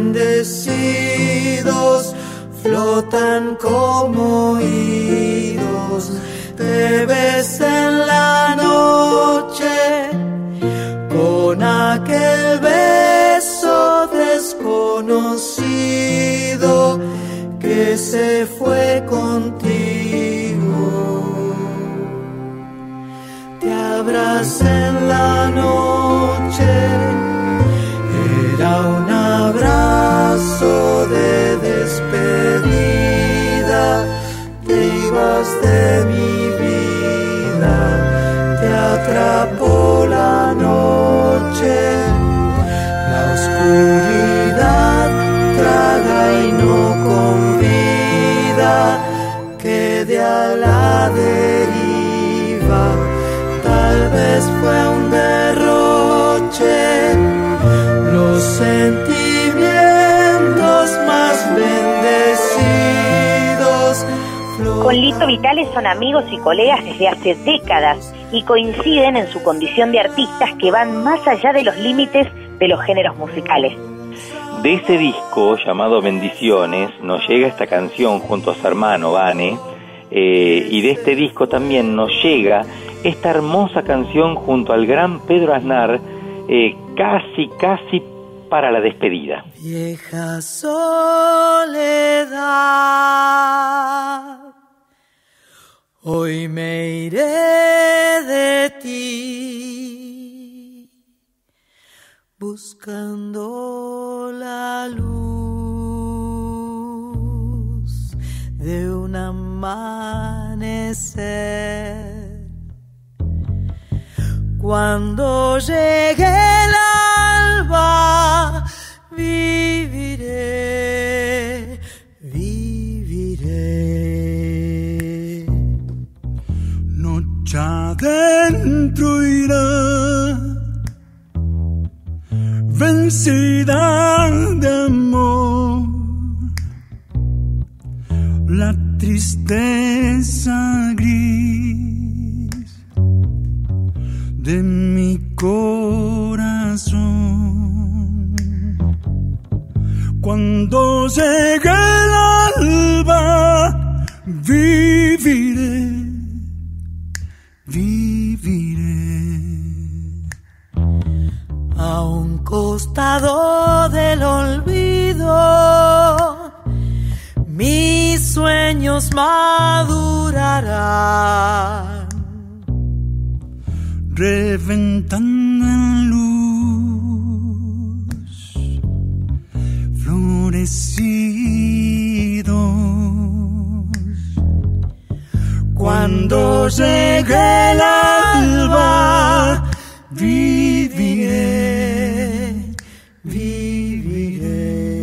bendecidos flotan como idos, te ves en la noche con aquel beso desconocido que se fue contigo. Te abracé en la noche, era un abrazo de despedida, te ibas de mi vida, te atrapó la noche, la oscuridad traga y no convida, quede a la deriva, tal vez fue un derroche, los sentimientos más bendecidos. Con Lito Vitale son amigos y colegas desde hace décadas y coinciden en su condición de artistas que van más allá de los límites de los géneros musicales. De ese disco llamado Bendiciones nos llega esta canción junto a su hermano Vane, y de este disco también nos llega esta hermosa canción junto al gran Pedro Aznar, casi para la despedida. Vieja soledad, hoy me iré de ti, buscando la luz de un amanecer. Cuando llegue el alba, viviré, viviré. Noche adentro irá, vencida de amor, la tristeza gris de mi corazón. Cuando llegue el alba, viviré, viviré. A un costado del olvido, mis sueños madurarán, reventando en luz, florecidos. Cuando llegue el alba, viviré, viviré.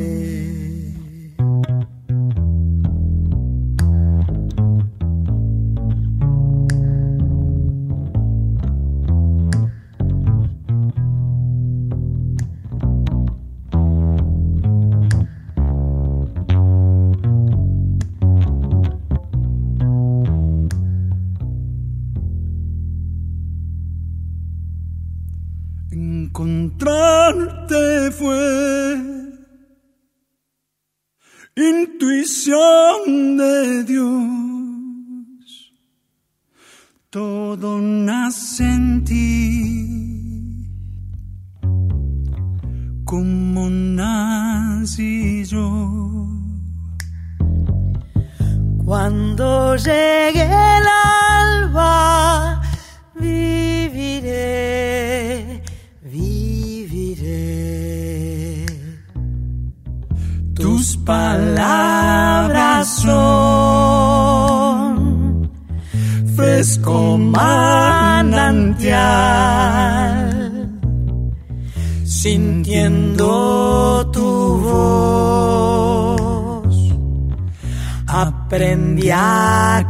Encontrarte fue intuición de Dios, todo nace en ti, como nací yo. Cuando llegue el alba, viviré, viviré. Tus palabras son fresco manantial, sintiendo tu voz, aprendí a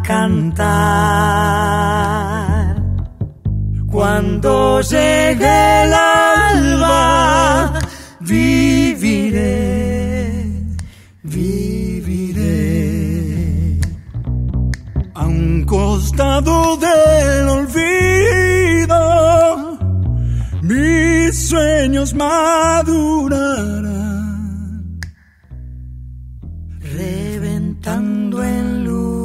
cantar. Cuando llegue el alba, viviré, viviré. A un costado del olvido, mis sueños madurarán, reventando en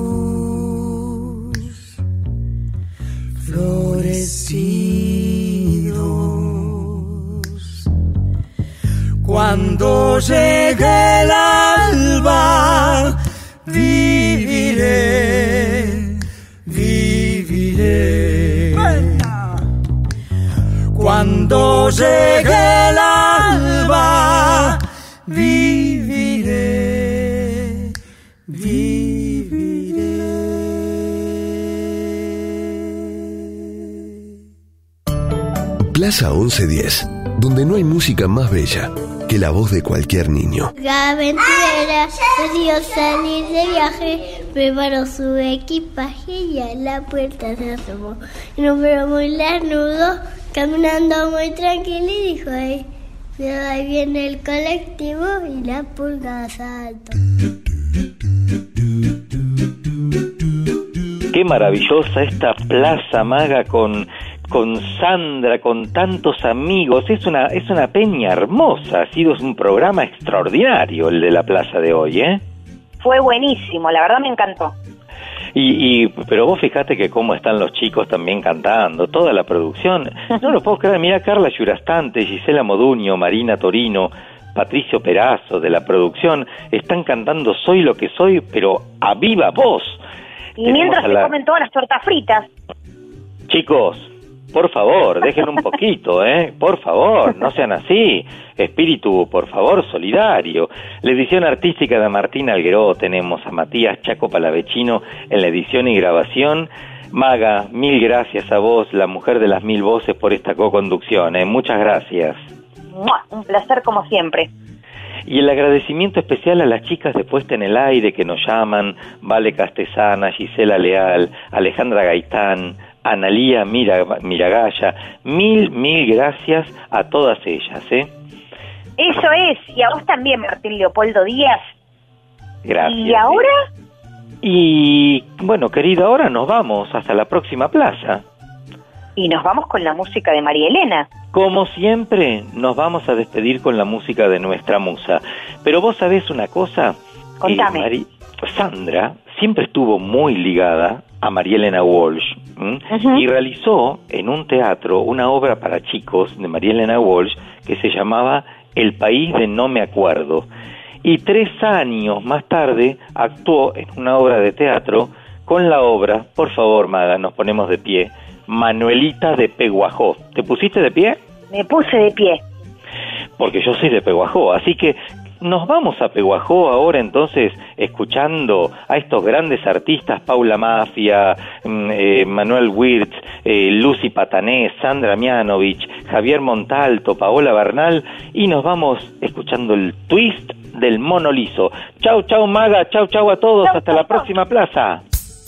luz, florecidos. Cuando llegue el alba, viviré, viviré. Cuando llegue el alba, viviré, viviré. Plaza 1110, donde no hay música más bella que la voz de cualquier niño. La aventurera decidió salir de viaje, preparó su equipaje y a la puerta se asomó. Y nos vio muy lanudo, caminando muy tranquilo y dijo: ahí viene el colectivo y la pulga saltó. Qué maravillosa esta plaza, Maga, con Sandra, con tantos amigos. Es una peña hermosa. Ha sido un programa extraordinario el de la plaza de hoy, ¿eh? Fue buenísimo, la verdad me encantó. Pero vos fijate que cómo están los chicos también cantando, toda la producción. No lo puedo creer. Mira, Carla Yurastante, Gisela Moduño, Marina Torino, Patricio Perazo de la producción están cantando Soy lo que soy, pero a viva voz. Y mientras se comen todas las tortas fritas. Chicos, por favor, dejen un poquito, por favor, no sean así. Espíritu, por favor, solidario. La edición artística de Martín Algueró, tenemos a Matías Chaco Palavecino en la edición y grabación. Maga, mil gracias a vos, la mujer de las 1000 voces, por esta co-conducción, muchas gracias. Un placer como siempre. Y el agradecimiento especial a las chicas de Puesta en el Aire que nos llaman: Vale Castesana, Gisela Leal, Alejandra Gaitán, Analía Miragaya. Mil gracias a todas ellas, Eso es, y a vos también, Martín Leopoldo Díaz. Gracias. ¿Y ahora? Y bueno, querida, ahora nos vamos hasta la próxima plaza. Y nos vamos con la música de María Elena. Como siempre, nos vamos a despedir con la música de nuestra musa. Pero vos sabés una cosa. Contame. Sandra siempre estuvo muy ligada a María Elena Walsh, y realizó en un teatro una obra para chicos de María Elena Walsh que se llamaba El País de No Me Acuerdo. Y 3 años más tarde actuó en una obra de teatro con la obra, por favor, Maga, nos ponemos de pie, Manuelita de Peguajó. ¿Te pusiste de pie? Me puse de pie. Porque yo soy de Peguajó, así que nos vamos a Peguajó ahora entonces, escuchando a estos grandes artistas: Paula Mafia, Manuel Wirtz, Lucy Patanés, Sandra Mianovich, Javier Montalto, Paola Bernal, y nos vamos escuchando el twist del Mono Liso. Chau, chau, Maga, chau, chau a todos, hasta la próxima plaza.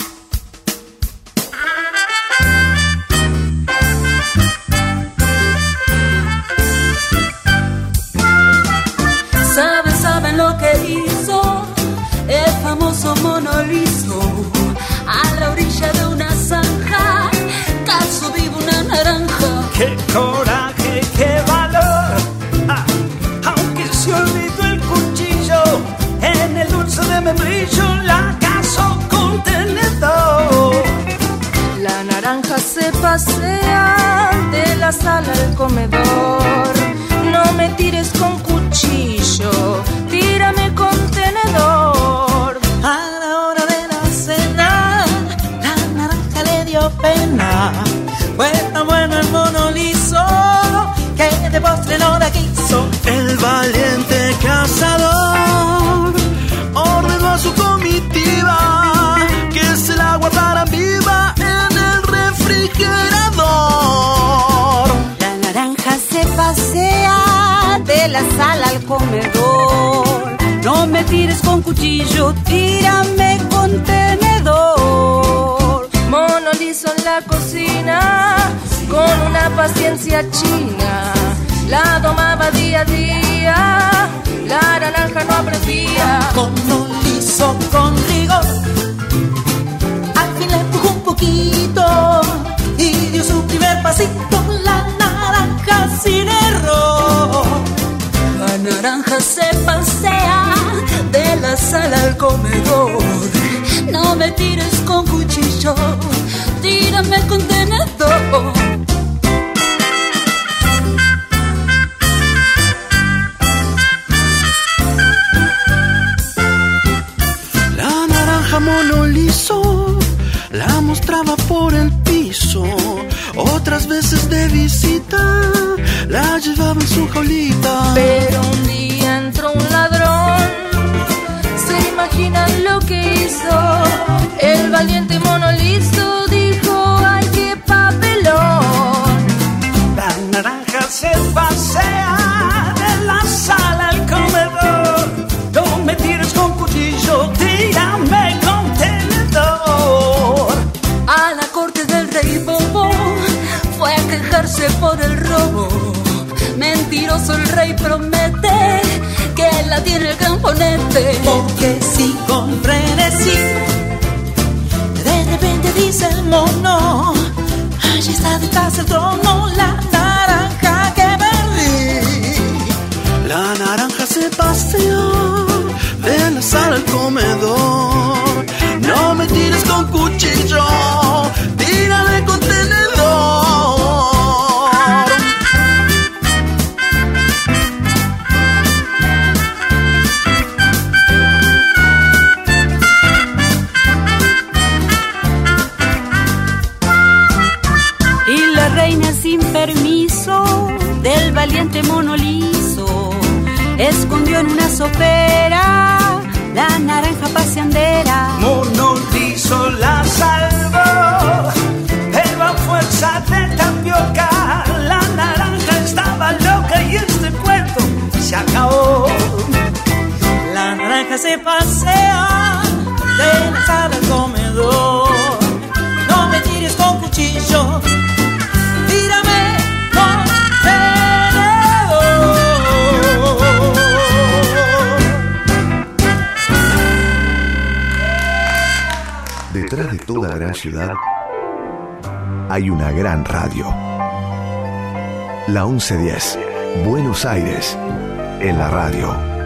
¿Saben lo que hizo el famoso Mono Liso? A la orilla de una zanja cazó vivo una naranja. ¡Qué coraje, qué valor! Aunque se olvidó el cuchillo, en el dulce de membrillo la cazó con tenedor. La naranja se pasea de la sala al comedor. No me tires con cuchillo, tírame con tenedor. A la hora de la cena, la naranja le dio pena. Bueno, el Mono Liso, que de postre no la quiso. El valiente cazador ordenó a su comitiva que se la guardaran viva en el refrigerador. La naranja se pasea de la sala al comedor. No me tires con cuchillo, tírame con contenedor. Mono liso en la cocina, con una paciencia china, la domaba día a día, la naranja no aprendía. Mono liso con rigor, al fin le empujó un poquito y dio su primer pasito, la naranja sin error. La naranja se pasea de la sala al comedor. No me tires con cuchillo, tírame con tenedor. La naranja mono liso la mostraba por el piso. Otras veces de visita la llevaba en su jaulita. Pero un día entró un ladrón, ¿se imaginan lo que hizo? El valiente mono liso dijo, ¡ay, qué papelón! La naranja se pasea de la sala al comedor. No me tires con cuchillo, tírame con tenedor. A la corte del rey Bobo fue a quejarse por el robo. Mentiroso el rey promete que la tiene el gran ponente. Porque si con frenesí de repente dice el mono, allí está detrás del trono la naranja que perdí. La naranja se paseó de la sala al comedor. No me tires con cuchillo, tírame con tenedor. Y la reina sin permiso del valiente mono liso escondió en una sopera la naranja paseandera. Mono liso la salvó, pero a fuerza de tapioca la naranja estaba loca y este cuento se acabó. La naranja se pasea de la sala al comedor. No me tires con cuchillo, tírame con tenedor. Detrás de toda gran ciudad hay una gran radio. La 1110, Buenos Aires, en la radio.